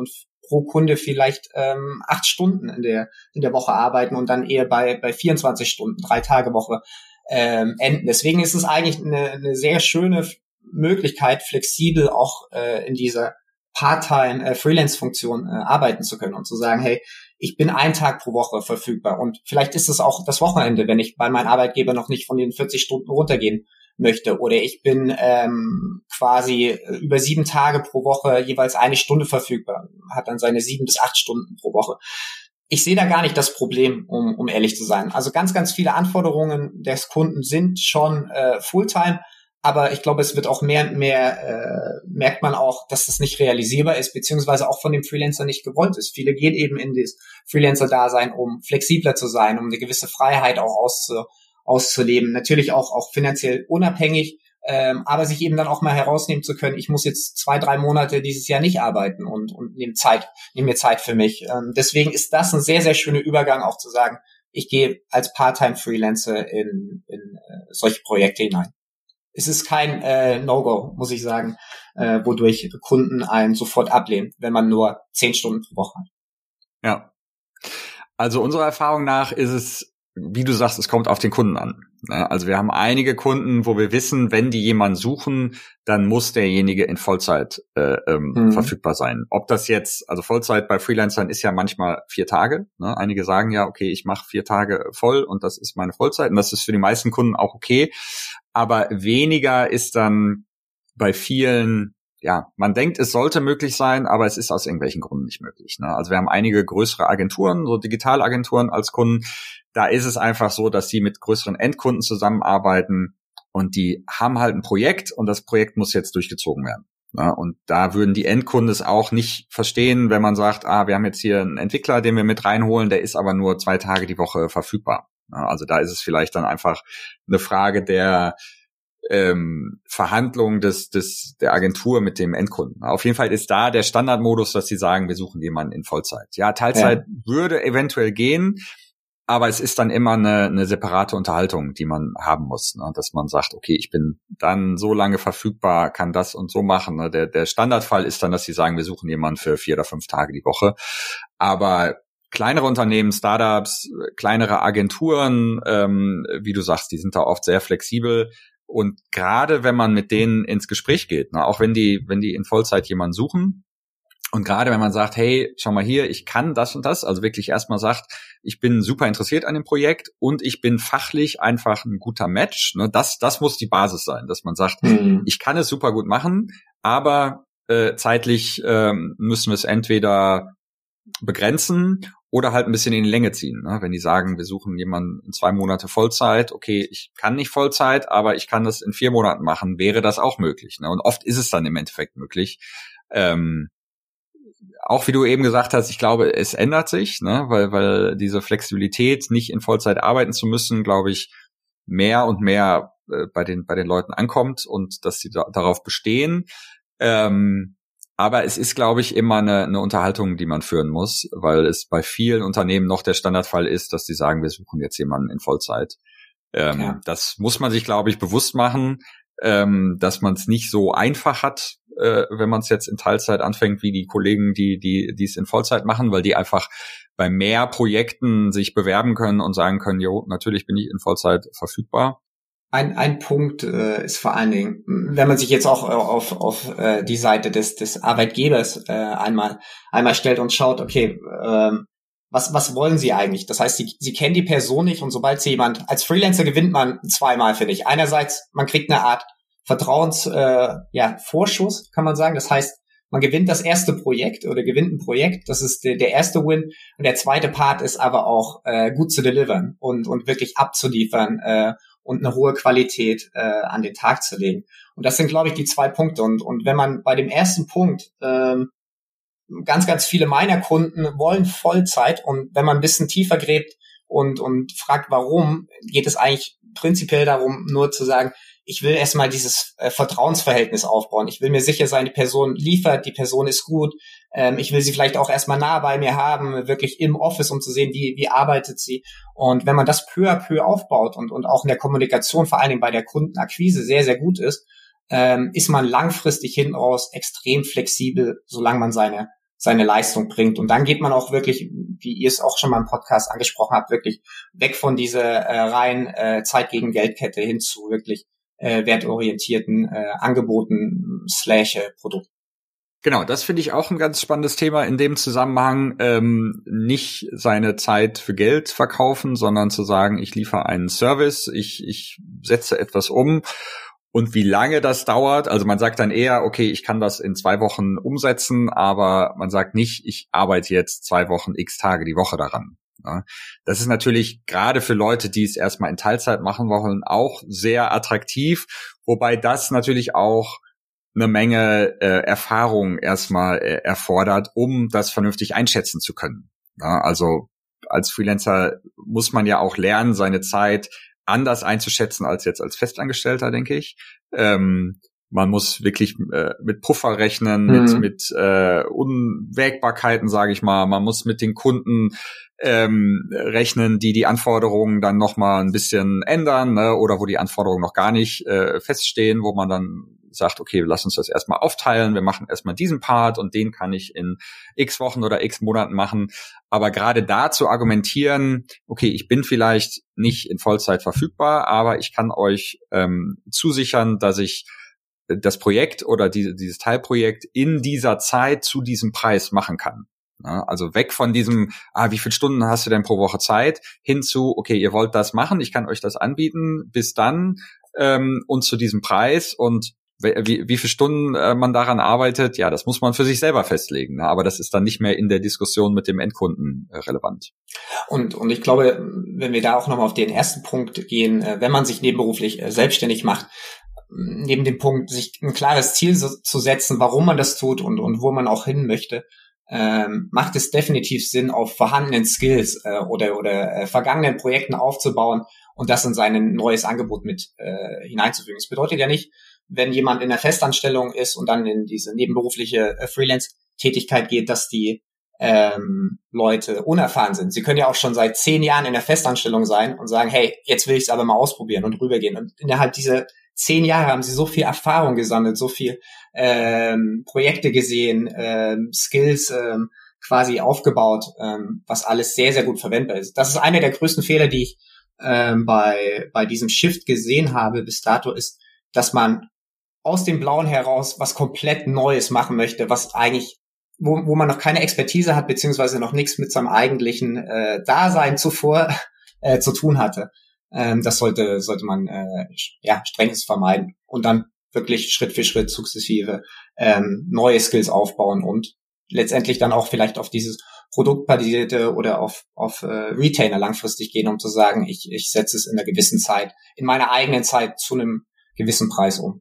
pro Kunde vielleicht ähm, acht Stunden in der in der Woche arbeiten und dann eher bei bei vierundzwanzig Stunden, drei Tage Woche ähm, enden. Deswegen ist es eigentlich eine, eine sehr schöne Möglichkeit, flexibel auch äh, in dieser Part-Time-Freelance-Funktion äh, arbeiten zu können und zu sagen, hey, ich bin einen Tag pro Woche verfügbar und vielleicht ist es auch das Wochenende, wenn ich bei meinem Arbeitgeber noch nicht von den vierzig Stunden runtergehen möchte, oder ich bin ähm, quasi über sieben Tage pro Woche jeweils eine Stunde verfügbar, hat dann seine sieben bis acht Stunden pro Woche. Ich sehe da gar nicht das Problem, um, um ehrlich zu sein. Also ganz, ganz viele Anforderungen des Kunden sind schon äh, Fulltime, aber ich glaube, es wird auch mehr und mehr, äh, merkt man auch, dass das nicht realisierbar ist, beziehungsweise auch von dem Freelancer nicht gewollt ist. Viele gehen eben in das Freelancer-Dasein, um flexibler zu sein, um eine gewisse Freiheit auch auszu, auszuleben. Natürlich auch, auch finanziell unabhängig, ähm, aber sich eben dann auch mal herausnehmen zu können, ich muss jetzt zwei, drei Monate dieses Jahr nicht arbeiten und, und nehme Zeit, nehme mir Zeit für mich. Ähm, deswegen ist das ein sehr, sehr schöner Übergang, auch zu sagen, ich gehe als Part-Time-Freelancer in, in äh, solche Projekte hinein. Es ist kein äh, No-Go, muss ich sagen, äh, wodurch Kunden einen sofort ablehnen, wenn man nur zehn Stunden pro Woche hat. Ja. Also unserer Erfahrung nach ist es, wie du sagst, es kommt auf den Kunden an. Also wir haben einige Kunden, wo wir wissen, wenn die jemanden suchen, dann muss derjenige in Vollzeit äh, ähm, mhm. verfügbar sein. Ob das jetzt, also Vollzeit bei Freelancern ist ja manchmal vier Tage. Ne? Einige sagen ja, okay, ich mache vier Tage voll und das ist meine Vollzeit. Und das ist für die meisten Kunden auch okay. Aber weniger ist dann bei vielen, ja, man denkt, es sollte möglich sein, aber es ist aus irgendwelchen Gründen nicht möglich. Ne? Also wir haben einige größere Agenturen, so Digitalagenturen als Kunden. Da ist es einfach so, dass sie mit größeren Endkunden zusammenarbeiten und die haben halt ein Projekt und das Projekt muss jetzt durchgezogen werden. Ne? Und da würden die Endkunden es auch nicht verstehen, wenn man sagt, ah, wir haben jetzt hier einen Entwickler, den wir mit reinholen, der ist aber nur zwei Tage die Woche verfügbar. Ne? Also da ist es vielleicht dann einfach eine Frage der ähm, Verhandlung des, des, der Agentur mit dem Endkunden. Auf jeden Fall ist da der Standardmodus, dass sie sagen, wir suchen jemanden in Vollzeit. Ja, Teilzeit ja. würde eventuell gehen, aber es ist dann immer eine, eine separate Unterhaltung, die man haben muss, ne? Dass man sagt, okay, ich bin dann so lange verfügbar, kann das und so machen. Ne? Der, der Standardfall ist dann, dass sie sagen, wir suchen jemanden für vier oder fünf Tage die Woche. Aber kleinere Unternehmen, Startups, kleinere Agenturen, ähm, wie du sagst, die sind da oft sehr flexibel. Und gerade wenn man mit denen ins Gespräch geht, ne? Auch wenn die, wenn die in Vollzeit jemanden suchen, und gerade wenn man sagt, hey, schau mal hier, ich kann das und das, also wirklich erstmal sagt, ich bin super interessiert an dem Projekt und ich bin fachlich einfach ein guter Match, ne, das das muss die Basis sein, dass man sagt, mhm. ich kann es super gut machen, aber äh, zeitlich äh, müssen wir es entweder begrenzen oder halt ein bisschen in die Länge ziehen. Ne? Wenn die sagen, wir suchen jemanden in zwei Monate Vollzeit, okay, ich kann nicht Vollzeit, aber ich kann das in vier Monaten machen, wäre das auch möglich. Ne? Und oft ist es dann im Endeffekt möglich. Ähm, Auch wie du eben gesagt hast, ich glaube, es ändert sich, ne, weil weil diese Flexibilität, nicht in Vollzeit arbeiten zu müssen, glaube ich, mehr und mehr äh, bei den bei den Leuten ankommt und dass sie da, darauf bestehen. Ähm, aber es ist, glaube ich, immer eine, eine Unterhaltung, die man führen muss, weil es bei vielen Unternehmen noch der Standardfall ist, dass die sagen, wir suchen jetzt jemanden in Vollzeit. Ähm, ja. Das muss man sich, glaube ich, bewusst machen, ähm, dass man es nicht so einfach hat, äh, wenn man es jetzt in Teilzeit anfängt, wie die Kollegen, die die die es in Vollzeit machen, weil die einfach bei mehr Projekten sich bewerben können und sagen können, jo, natürlich bin ich in Vollzeit verfügbar. Ein ein Punkt äh, ist vor allen Dingen, wenn man sich jetzt auch auf auf äh, die Seite des des Arbeitgebers äh, einmal einmal stellt und schaut, okay, ähm, was was wollen Sie eigentlich? Das heißt, Sie Sie kennen die Person nicht und sobald Sie jemand als Freelancer gewinnt man zweimal, finde ich. Einerseits, man kriegt eine Art Vertrauens äh, ja Vorschuss, kann man sagen. Das heißt, man gewinnt das erste Projekt oder gewinnt ein Projekt, das ist der, der erste Win. Und der zweite Part ist aber auch äh, gut zu delivern und und wirklich abzuliefern äh, und eine hohe Qualität äh, an den Tag zu legen. Und das sind, glaube ich, die zwei Punkte. Und und wenn man bei dem ersten Punkt ähm, ganz, ganz viele meiner Kunden wollen Vollzeit, und wenn man ein bisschen tiefer gräbt und und fragt, warum, geht es eigentlich prinzipiell darum, nur zu sagen, ich will erstmal dieses äh, Vertrauensverhältnis aufbauen. Ich will mir sicher sein, die Person liefert, die Person ist gut. Ähm, ich will sie vielleicht auch erstmal nah bei mir haben, wirklich im Office, um zu sehen, wie wie arbeitet sie. Und wenn man das peu à peu aufbaut und und auch in der Kommunikation, vor allen Dingen bei der Kundenakquise, sehr, sehr gut ist, ähm, ist man langfristig hinten raus extrem flexibel, solange man seine seine Leistung bringt. Und dann geht man auch wirklich, wie ihr es auch schon mal im Podcast angesprochen habt, wirklich weg von dieser äh, rein äh, Zeit gegen Geldkette hin zu wirklich äh, wertorientierten äh, Angeboten slash äh, Produkten. Genau, das finde ich auch ein ganz spannendes Thema in dem Zusammenhang, ähm, nicht seine Zeit für Geld verkaufen, sondern zu sagen, ich liefere einen Service, ich, ich setze etwas um. Und wie lange das dauert, also man sagt dann eher, okay, ich kann das in zwei Wochen umsetzen, aber man sagt nicht, ich arbeite jetzt zwei Wochen x Tage die Woche daran. Ja, das ist natürlich gerade für Leute, die es erstmal in Teilzeit machen wollen, auch sehr attraktiv, wobei das natürlich auch eine Menge äh, Erfahrung erstmal äh, erfordert, um das vernünftig einschätzen zu können. Ja, also als Freelancer muss man ja auch lernen, seine Zeit anders einzuschätzen als jetzt als Festangestellter, denke ich. Ähm, man muss wirklich äh, mit Puffer rechnen, mhm. mit mit äh, Unwägbarkeiten, sage ich mal. Man muss mit den Kunden ähm, rechnen, die die Anforderungen dann noch mal ein bisschen ändern, ne? Oder wo die Anforderungen noch gar nicht äh, feststehen, wo man dann sagt, okay, lass uns das erstmal aufteilen, wir machen erstmal diesen Part und den kann ich in x Wochen oder x Monaten machen. Aber gerade da zu argumentieren, okay, ich bin vielleicht nicht in Vollzeit verfügbar, aber ich kann euch ähm, zusichern, dass ich das Projekt oder die, dieses Teilprojekt in dieser Zeit zu diesem Preis machen kann. Ja, also weg von diesem, ah, wie viele Stunden hast du denn pro Woche Zeit, hin zu, okay, ihr wollt das machen, ich kann euch das anbieten, bis dann ähm, und zu diesem Preis und Wie, wie viele Stunden äh, man daran arbeitet, ja, das muss man für sich selber festlegen. Ne? Aber das ist dann nicht mehr in der Diskussion mit dem Endkunden äh, relevant. Und und ich glaube, wenn wir da auch nochmal auf den ersten Punkt gehen, äh, wenn man sich nebenberuflich äh, selbstständig macht, neben dem Punkt, sich ein klares Ziel so, zu setzen, warum man das tut und und wo man auch hin möchte, ähm, macht es definitiv Sinn, auf vorhandenen Skills äh, oder oder äh, vergangenen Projekten aufzubauen und das in sein neues Angebot mit äh, hineinzufügen. Das bedeutet ja nicht, wenn jemand in der Festanstellung ist und dann in diese nebenberufliche äh, Freelance-Tätigkeit geht, dass die ähm, Leute unerfahren sind. Sie können ja auch schon seit zehn Jahren in der Festanstellung sein und sagen, hey, jetzt will ich es aber mal ausprobieren und rübergehen. Und innerhalb dieser zehn Jahre haben sie so viel Erfahrung gesammelt, so viel ähm, Projekte gesehen, ähm, Skills ähm, quasi aufgebaut, ähm, was alles sehr, sehr gut verwendbar ist. Das ist einer der größten Fehler, die ich ähm, bei bei diesem Shift gesehen habe bis dato, ist, dass man aus dem Blauen heraus was komplett Neues machen möchte, was eigentlich, wo, wo man noch keine Expertise hat, beziehungsweise noch nichts mit seinem eigentlichen äh, Dasein zuvor äh, zu tun hatte. Ähm, das sollte sollte man äh, ja strengst vermeiden und dann wirklich Schritt für Schritt sukzessive ähm, neue Skills aufbauen und letztendlich dann auch vielleicht auf dieses produktbasierte oder auf auf äh, Retainer langfristig gehen, um zu sagen, ich ich setze es in einer gewissen Zeit, in meiner eigenen Zeit zu einem gewissen Preis um.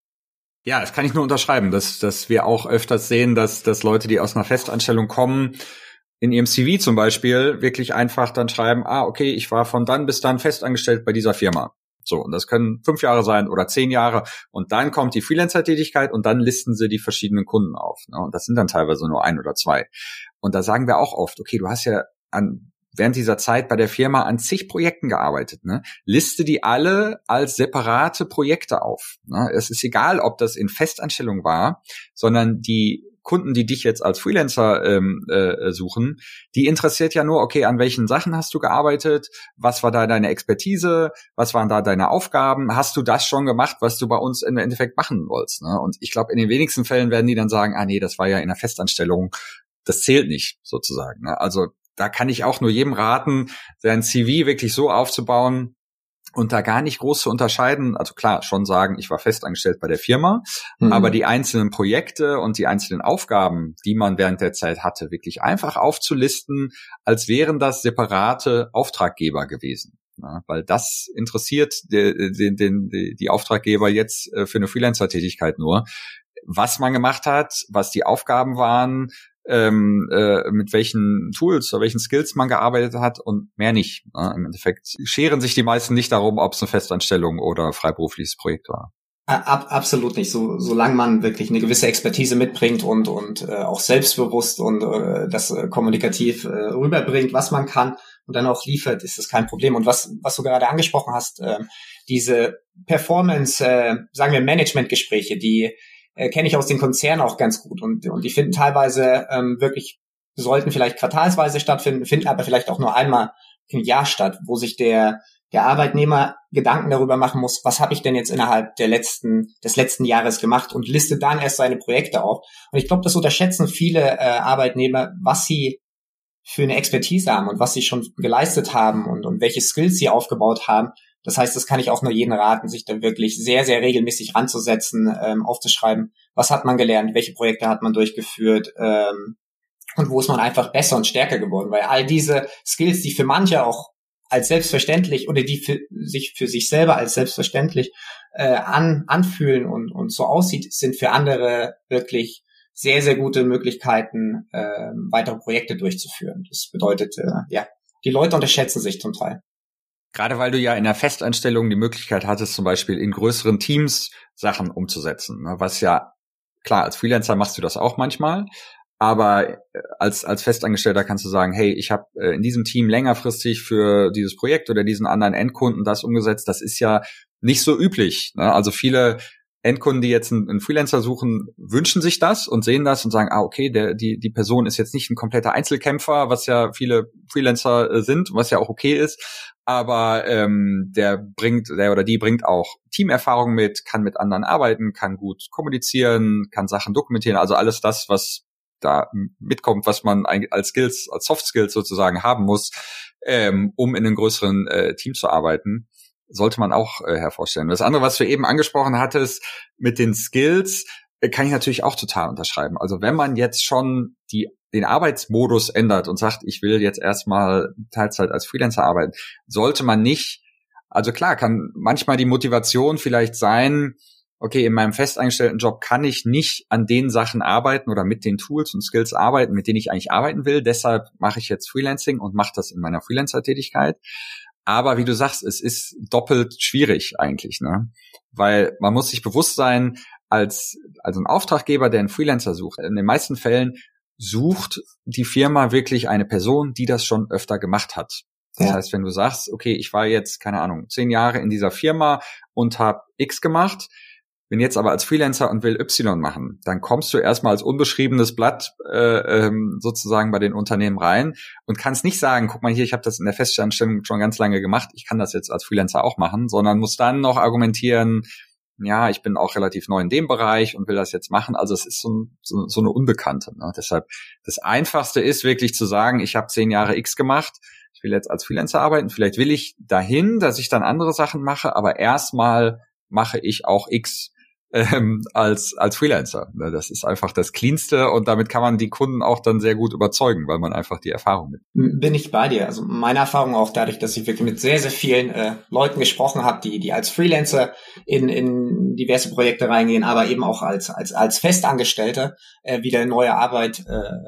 Ja, das kann ich nur unterschreiben, dass, dass wir auch öfters sehen, dass, dass Leute, die aus einer Festanstellung kommen, in ihrem C V zum Beispiel wirklich einfach dann schreiben, ah, okay, ich war von dann bis dann festangestellt bei dieser Firma. So, und das können fünf Jahre sein oder zehn Jahre. Und dann kommt die Freelancer-Tätigkeit und dann listen sie die verschiedenen Kunden auf. Ne? Und das sind dann teilweise nur ein oder zwei. Und da sagen wir auch oft, okay, du hast ja an während dieser Zeit bei der Firma an zig Projekten gearbeitet, ne? Liste die alle als separate Projekte auf. Ne? Es ist egal, ob das in Festanstellung war, sondern die Kunden, die dich jetzt als Freelancer ähm, äh, suchen, die interessiert ja nur, okay, an welchen Sachen hast du gearbeitet, was war da deine Expertise, was waren da deine Aufgaben, hast du das schon gemacht, was du bei uns im Endeffekt machen wolltest. Ne? Und ich glaube, in den wenigsten Fällen werden die dann sagen, ah nee, das war ja in einer Festanstellung, das zählt nicht sozusagen. Ne? Also da kann ich auch nur jedem raten, sein C V wirklich so aufzubauen und da gar nicht groß zu unterscheiden. Also klar, schon sagen, ich war festangestellt bei der Firma, mhm. aber die einzelnen Projekte und die einzelnen Aufgaben, die man während der Zeit hatte, wirklich einfach aufzulisten, als wären das separate Auftraggeber gewesen. Ja, weil das interessiert den, den, den, die Auftraggeber jetzt für eine Freelancer-Tätigkeit nur, was man gemacht hat, was die Aufgaben waren, Ähm, äh, mit welchen Tools oder welchen Skills man gearbeitet hat und mehr nicht. Ne? Im Endeffekt scheren sich die meisten nicht darum, ob es eine Festanstellung oder freiberufliches Projekt war. Ab, absolut nicht. So, solange man wirklich eine gewisse Expertise mitbringt und und äh, auch selbstbewusst und äh, das äh, kommunikativ äh, rüberbringt, was man kann und dann auch liefert, ist das kein Problem. Und was was du gerade angesprochen hast, äh, diese Performance, äh, sagen wir Managementgespräche, die äh, kenne ich aus den Konzernen auch ganz gut. Und, und die finden teilweise ähm, wirklich, sollten vielleicht quartalsweise stattfinden, finden aber vielleicht auch nur einmal im Jahr statt, wo sich der der Arbeitnehmer Gedanken darüber machen muss, was habe ich denn jetzt innerhalb der letzten des letzten Jahres gemacht und listet dann erst seine Projekte auf. Und ich glaube, das unterschätzen viele äh, Arbeitnehmer, was sie für eine Expertise haben und was sie schon geleistet haben und, und welche Skills sie aufgebaut haben. Das heißt, das kann ich auch nur jedem raten, sich da wirklich sehr, sehr regelmäßig ranzusetzen, ähm, aufzuschreiben, was hat man gelernt, welche Projekte hat man durchgeführt, ähm, und wo ist man einfach besser und stärker geworden. Weil all diese Skills, die für manche auch als selbstverständlich oder die für sich für sich selber als selbstverständlich äh, an, anfühlen und, und so aussieht, sind für andere wirklich sehr, sehr gute Möglichkeiten, äh, weitere Projekte durchzuführen. Das bedeutet, äh, ja, die Leute unterschätzen sich zum Teil. Gerade weil du ja in der Festanstellung die Möglichkeit hattest, zum Beispiel in größeren Teams Sachen umzusetzen, ne? Was ja, klar, als Freelancer machst du das auch manchmal, aber als als Festangestellter kannst du sagen, hey, ich habe äh, in diesem Team längerfristig für dieses Projekt oder diesen anderen Endkunden das umgesetzt. Das ist ja nicht so üblich, ne? Also viele Endkunden, die jetzt einen, einen Freelancer suchen, wünschen sich das und sehen das und sagen, ah, okay, der die die Person ist jetzt nicht ein kompletter Einzelkämpfer, was ja viele Freelancer äh, sind, was ja auch okay ist, aber ähm, der bringt, der oder die bringt auch Teamerfahrung mit, kann mit anderen arbeiten, kann gut kommunizieren, kann Sachen dokumentieren, also alles das, was da mitkommt, was man als Skills, als Soft Skills sozusagen haben muss, ähm, um in einem größeren äh, Team zu arbeiten, sollte man auch äh, hervorstellen. Das andere, was du eben angesprochen hattest mit den Skills, äh, kann ich natürlich auch total unterschreiben. Also wenn man jetzt schon die den Arbeitsmodus ändert und sagt, ich will jetzt erstmal Teilzeit als Freelancer arbeiten, sollte man nicht, also klar, kann manchmal die Motivation vielleicht sein, okay, in meinem festeingestellten Job kann ich nicht an den Sachen arbeiten oder mit den Tools und Skills arbeiten, mit denen ich eigentlich arbeiten will. Deshalb mache ich jetzt Freelancing und mache das in meiner Freelancer-Tätigkeit. Aber wie du sagst, es ist doppelt schwierig eigentlich, ne? Weil man muss sich bewusst sein, als also ein Auftraggeber, der einen Freelancer sucht, in den meisten Fällen sucht die Firma wirklich eine Person, die das schon öfter gemacht hat. Das ja. heißt, wenn du sagst, okay, ich war jetzt, keine Ahnung, zehn Jahre in dieser Firma und habe X gemacht, bin jetzt aber als Freelancer und will Y machen, dann kommst du erstmal als unbeschriebenes Blatt äh, ähm, sozusagen bei den Unternehmen rein und kannst nicht sagen, guck mal hier, ich habe das in der Festanstellung schon ganz lange gemacht, ich kann das jetzt als Freelancer auch machen, sondern musst dann noch argumentieren, ja, ich bin auch relativ neu in dem Bereich und will das jetzt machen. Also es ist so, so, so eine Unbekannte. Ne? Deshalb das Einfachste ist wirklich zu sagen, ich habe zehn Jahre X gemacht, ich will jetzt als Freelancer arbeiten, vielleicht will ich dahin, dass ich dann andere Sachen mache, aber erstmal mache ich auch X ähm, als als Freelancer. Das ist einfach das Cleanste und damit kann man die Kunden auch dann sehr gut überzeugen, weil man einfach die Erfahrung mit. Bin ich bei dir. Also meine Erfahrung auch dadurch, dass ich wirklich mit sehr, sehr vielen äh, Leuten gesprochen habe, die die als Freelancer in in diverse Projekte reingehen, aber eben auch als als als Festangestellte äh, wieder neue Arbeit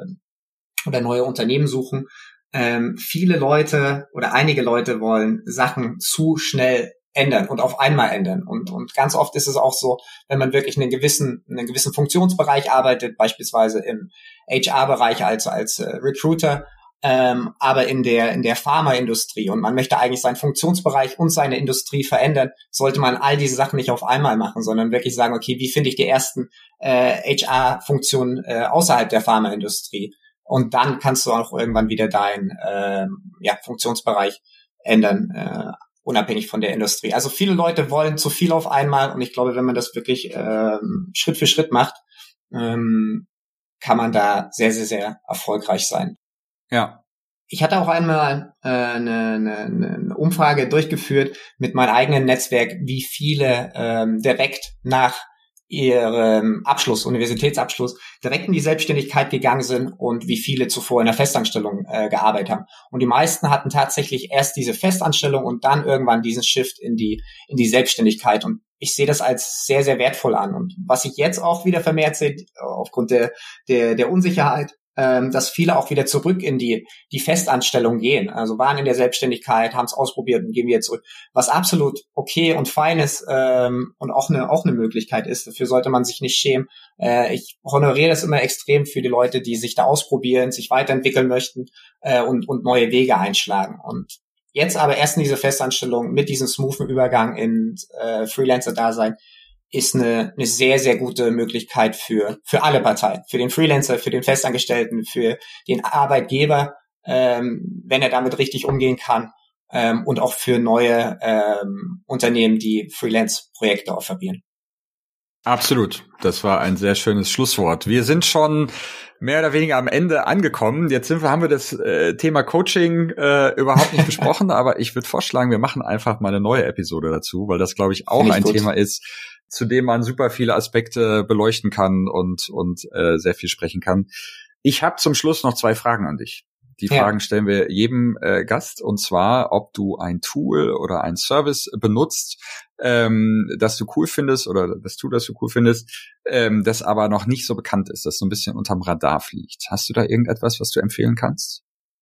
äh, oder neue Unternehmen suchen. Ähm, viele Leute oder einige Leute wollen Sachen zu schnell ändern und auf einmal ändern. Und, und ganz oft ist es auch so, wenn man wirklich einen gewissen, einen gewissen Funktionsbereich arbeitet, beispielsweise im H R-Bereich als, als äh, Recruiter, ähm, aber in der, in der Pharmaindustrie und man möchte eigentlich seinen Funktionsbereich und seine Industrie verändern, sollte man all diese Sachen nicht auf einmal machen, sondern wirklich sagen, okay, wie finde ich die ersten äh, H R-Funktionen äh, außerhalb der Pharmaindustrie? Und dann kannst du auch irgendwann wieder deinen äh, ja, Funktionsbereich ändern, äh, unabhängig von der Industrie. Also viele Leute wollen zu viel auf einmal und ich glaube, wenn man das wirklich ähm, Schritt für Schritt macht, ähm, kann man da sehr, sehr, sehr erfolgreich sein. Ja. Ich hatte auch einmal äh, eine, eine, eine Umfrage durchgeführt mit meinem eigenen Netzwerk, wie viele ähm, direkt nach ihrem Abschluss, Universitätsabschluss, direkt in die Selbstständigkeit gegangen sind und wie viele zuvor in der Festanstellung äh, gearbeitet haben. Und die meisten hatten tatsächlich erst diese Festanstellung und dann irgendwann diesen Shift in die in die Selbstständigkeit. Und ich sehe das als sehr, sehr wertvoll an. Und was ich jetzt auch wieder vermehrt sehe, aufgrund der der, der Unsicherheit, ähm, dass viele auch wieder zurück in die die Festanstellung gehen. Also waren in der Selbstständigkeit, haben es ausprobiert und gehen wieder zurück. Was absolut okay und fein ist ähm, und auch eine auch eine Möglichkeit ist. Dafür sollte man sich nicht schämen. Äh, ich honoriere das immer extrem für die Leute, die sich da ausprobieren, sich weiterentwickeln möchten äh, und und neue Wege einschlagen. Und jetzt aber erst in diese Festanstellung mit diesem smoothen Übergang in äh, Freelancer-Dasein ist eine, eine sehr, sehr gute Möglichkeit für, für alle Parteien, für den Freelancer, für den Festangestellten, für den Arbeitgeber, ähm, wenn er damit richtig umgehen kann, ähm, und auch für neue ähm, Unternehmen, die Freelance-Projekte offerieren. Absolut. Das war ein sehr schönes Schlusswort. Wir sind schon mehr oder weniger am Ende angekommen. Jetzt sind wir, haben wir das äh, Thema Coaching äh, überhaupt nicht besprochen, aber ich würde vorschlagen, wir machen einfach mal eine neue Episode dazu, weil das, glaube ich, auch ein gut. Thema ist, zu dem man super viele Aspekte beleuchten kann und und äh, sehr viel sprechen kann. Ich habe zum Schluss noch zwei Fragen an dich. Die ja. Fragen stellen wir jedem äh, Gast, und zwar, ob du ein Tool oder ein Service benutzt, ähm, das du cool findest, oder das Tool, das du cool findest, ähm, das aber noch nicht so bekannt ist, das so ein bisschen unterm Radar fliegt. Hast du da irgendetwas, was du empfehlen kannst?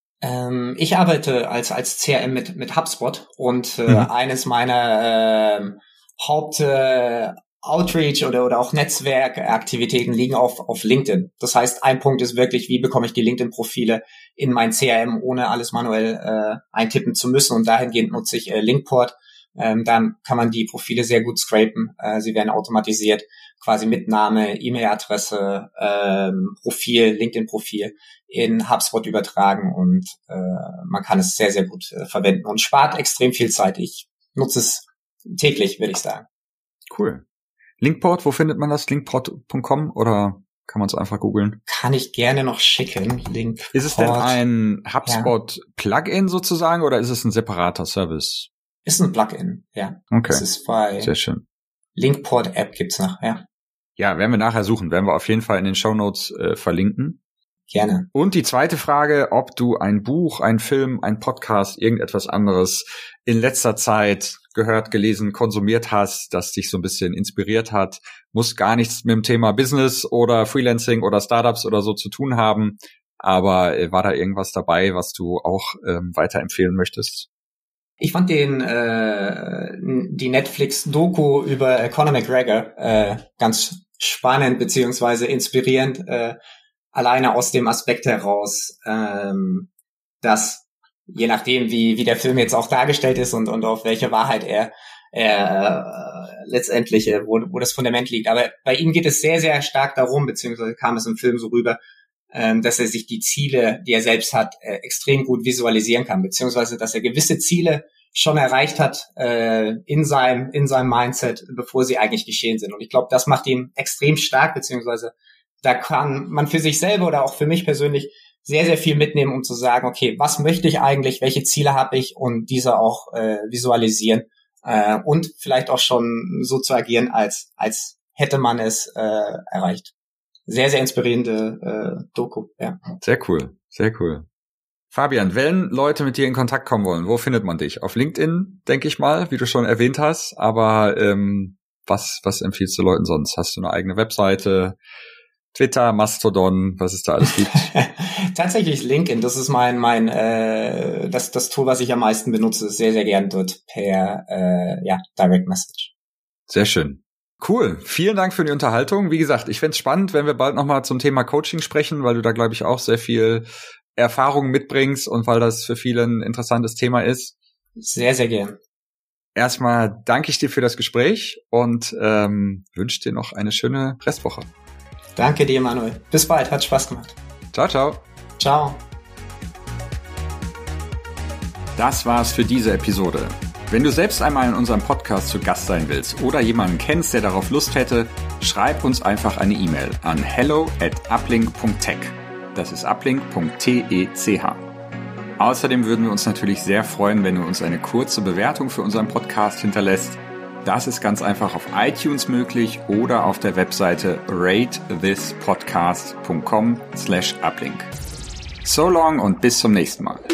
Ähm, ich arbeite als als C R M mit mit HubSpot, und äh, mhm. eines meiner äh, Haupt äh, Outreach oder oder auch Netzwerkaktivitäten liegen auf auf LinkedIn. Das heißt, ein Punkt ist wirklich, wie bekomme ich die LinkedIn-Profile in mein C R M, ohne alles manuell äh, eintippen zu müssen. Und dahingehend nutze ich äh, Linkport. Ähm, dann kann man die Profile sehr gut scrapen. Äh, sie werden automatisiert, quasi mit Name, E-Mail-Adresse, ähm, Profil, LinkedIn-Profil in HubSpot übertragen, und äh, man kann es sehr, sehr gut äh, verwenden und spart extrem viel Zeit. Ich nutze es täglich, würde ich sagen. Cool. Linkport, wo findet man das? Linkport Punkt com oder kann man es einfach googeln? Kann ich gerne noch schicken. Linkport. Ist es denn ein HubSpot-Plugin sozusagen, oder ist es ein separater Service? Ist ein Plugin, ja. Okay. Das ist bei sehr schön. Linkport-App gibt's noch, ja. Ja, werden wir nachher suchen. Werden wir auf jeden Fall in den Shownotes äh, verlinken. Gerne. Und die zweite Frage, ob du ein Buch, ein Film, ein Podcast, irgendetwas anderes in letzter Zeit gehört, gelesen, konsumiert hast, das dich so ein bisschen inspiriert hat. Muss gar nichts mit dem Thema Business oder Freelancing oder Startups oder so zu tun haben. Aber äh, war da irgendwas dabei, was du auch ähm, weiterempfehlen möchtest? Ich fand den äh, die Netflix-Doku über Conor McGregor äh, ganz spannend beziehungsweise inspirierend, äh, alleine aus dem Aspekt heraus, ähm, dass je nachdem, wie wie der Film jetzt auch dargestellt ist und und auf welche Wahrheit er er äh, letztendlich äh, wo wo das Fundament liegt, aber bei ihm geht es sehr sehr stark darum, beziehungsweise kam es im Film so rüber, ähm, dass er sich die Ziele, die er selbst hat, äh, extrem gut visualisieren kann, beziehungsweise dass er gewisse Ziele schon erreicht hat äh, in seinem in seinem Mindset, bevor sie eigentlich geschehen sind. Und ich glaube, das macht ihn extrem stark, beziehungsweise da kann man für sich selber oder auch für mich persönlich sehr, sehr viel mitnehmen, um zu sagen, okay, was möchte ich eigentlich, welche Ziele habe ich, und diese auch äh, visualisieren äh, und vielleicht auch schon so zu agieren, als als hätte man es äh, erreicht. Sehr, sehr inspirierende äh, Doku, ja. Sehr cool, sehr cool. Fabian, wenn Leute mit dir in Kontakt kommen wollen, wo findet man dich? Auf LinkedIn, denke ich mal, wie du schon erwähnt hast, aber ähm, was was empfiehlst du Leuten sonst? Hast du eine eigene Webseite, Twitter, Mastodon, was es da alles gibt? Tatsächlich LinkedIn, das ist mein mein äh, das das Tool, was ich am meisten benutze, sehr sehr gern dort per äh, ja Direct Message. Sehr schön. Cool. Vielen Dank für die Unterhaltung. Wie gesagt, ich fänd's spannend, wenn wir bald nochmal zum Thema Coaching sprechen, weil du da, glaube ich, auch sehr viel Erfahrung mitbringst und weil das für viele ein interessantes Thema ist. Sehr, sehr gern. Erstmal danke ich dir für das Gespräch und ähm, wünsche dir noch eine schöne Restwoche. Danke dir, Manuel. Bis bald. Hat Spaß gemacht. Ciao, ciao. Ciao. Das war's für diese Episode. Wenn du selbst einmal in unserem Podcast zu Gast sein willst oder jemanden kennst, der darauf Lust hätte, schreib uns einfach eine E-Mail an hello at uplink punkt tech. Das ist uplink punkt tech. Außerdem würden wir uns natürlich sehr freuen, wenn du uns eine kurze Bewertung für unseren Podcast hinterlässt. Das ist ganz einfach auf iTunes möglich oder auf der Webseite ratethispodcast punkt com slash uplink. So long und bis zum nächsten Mal.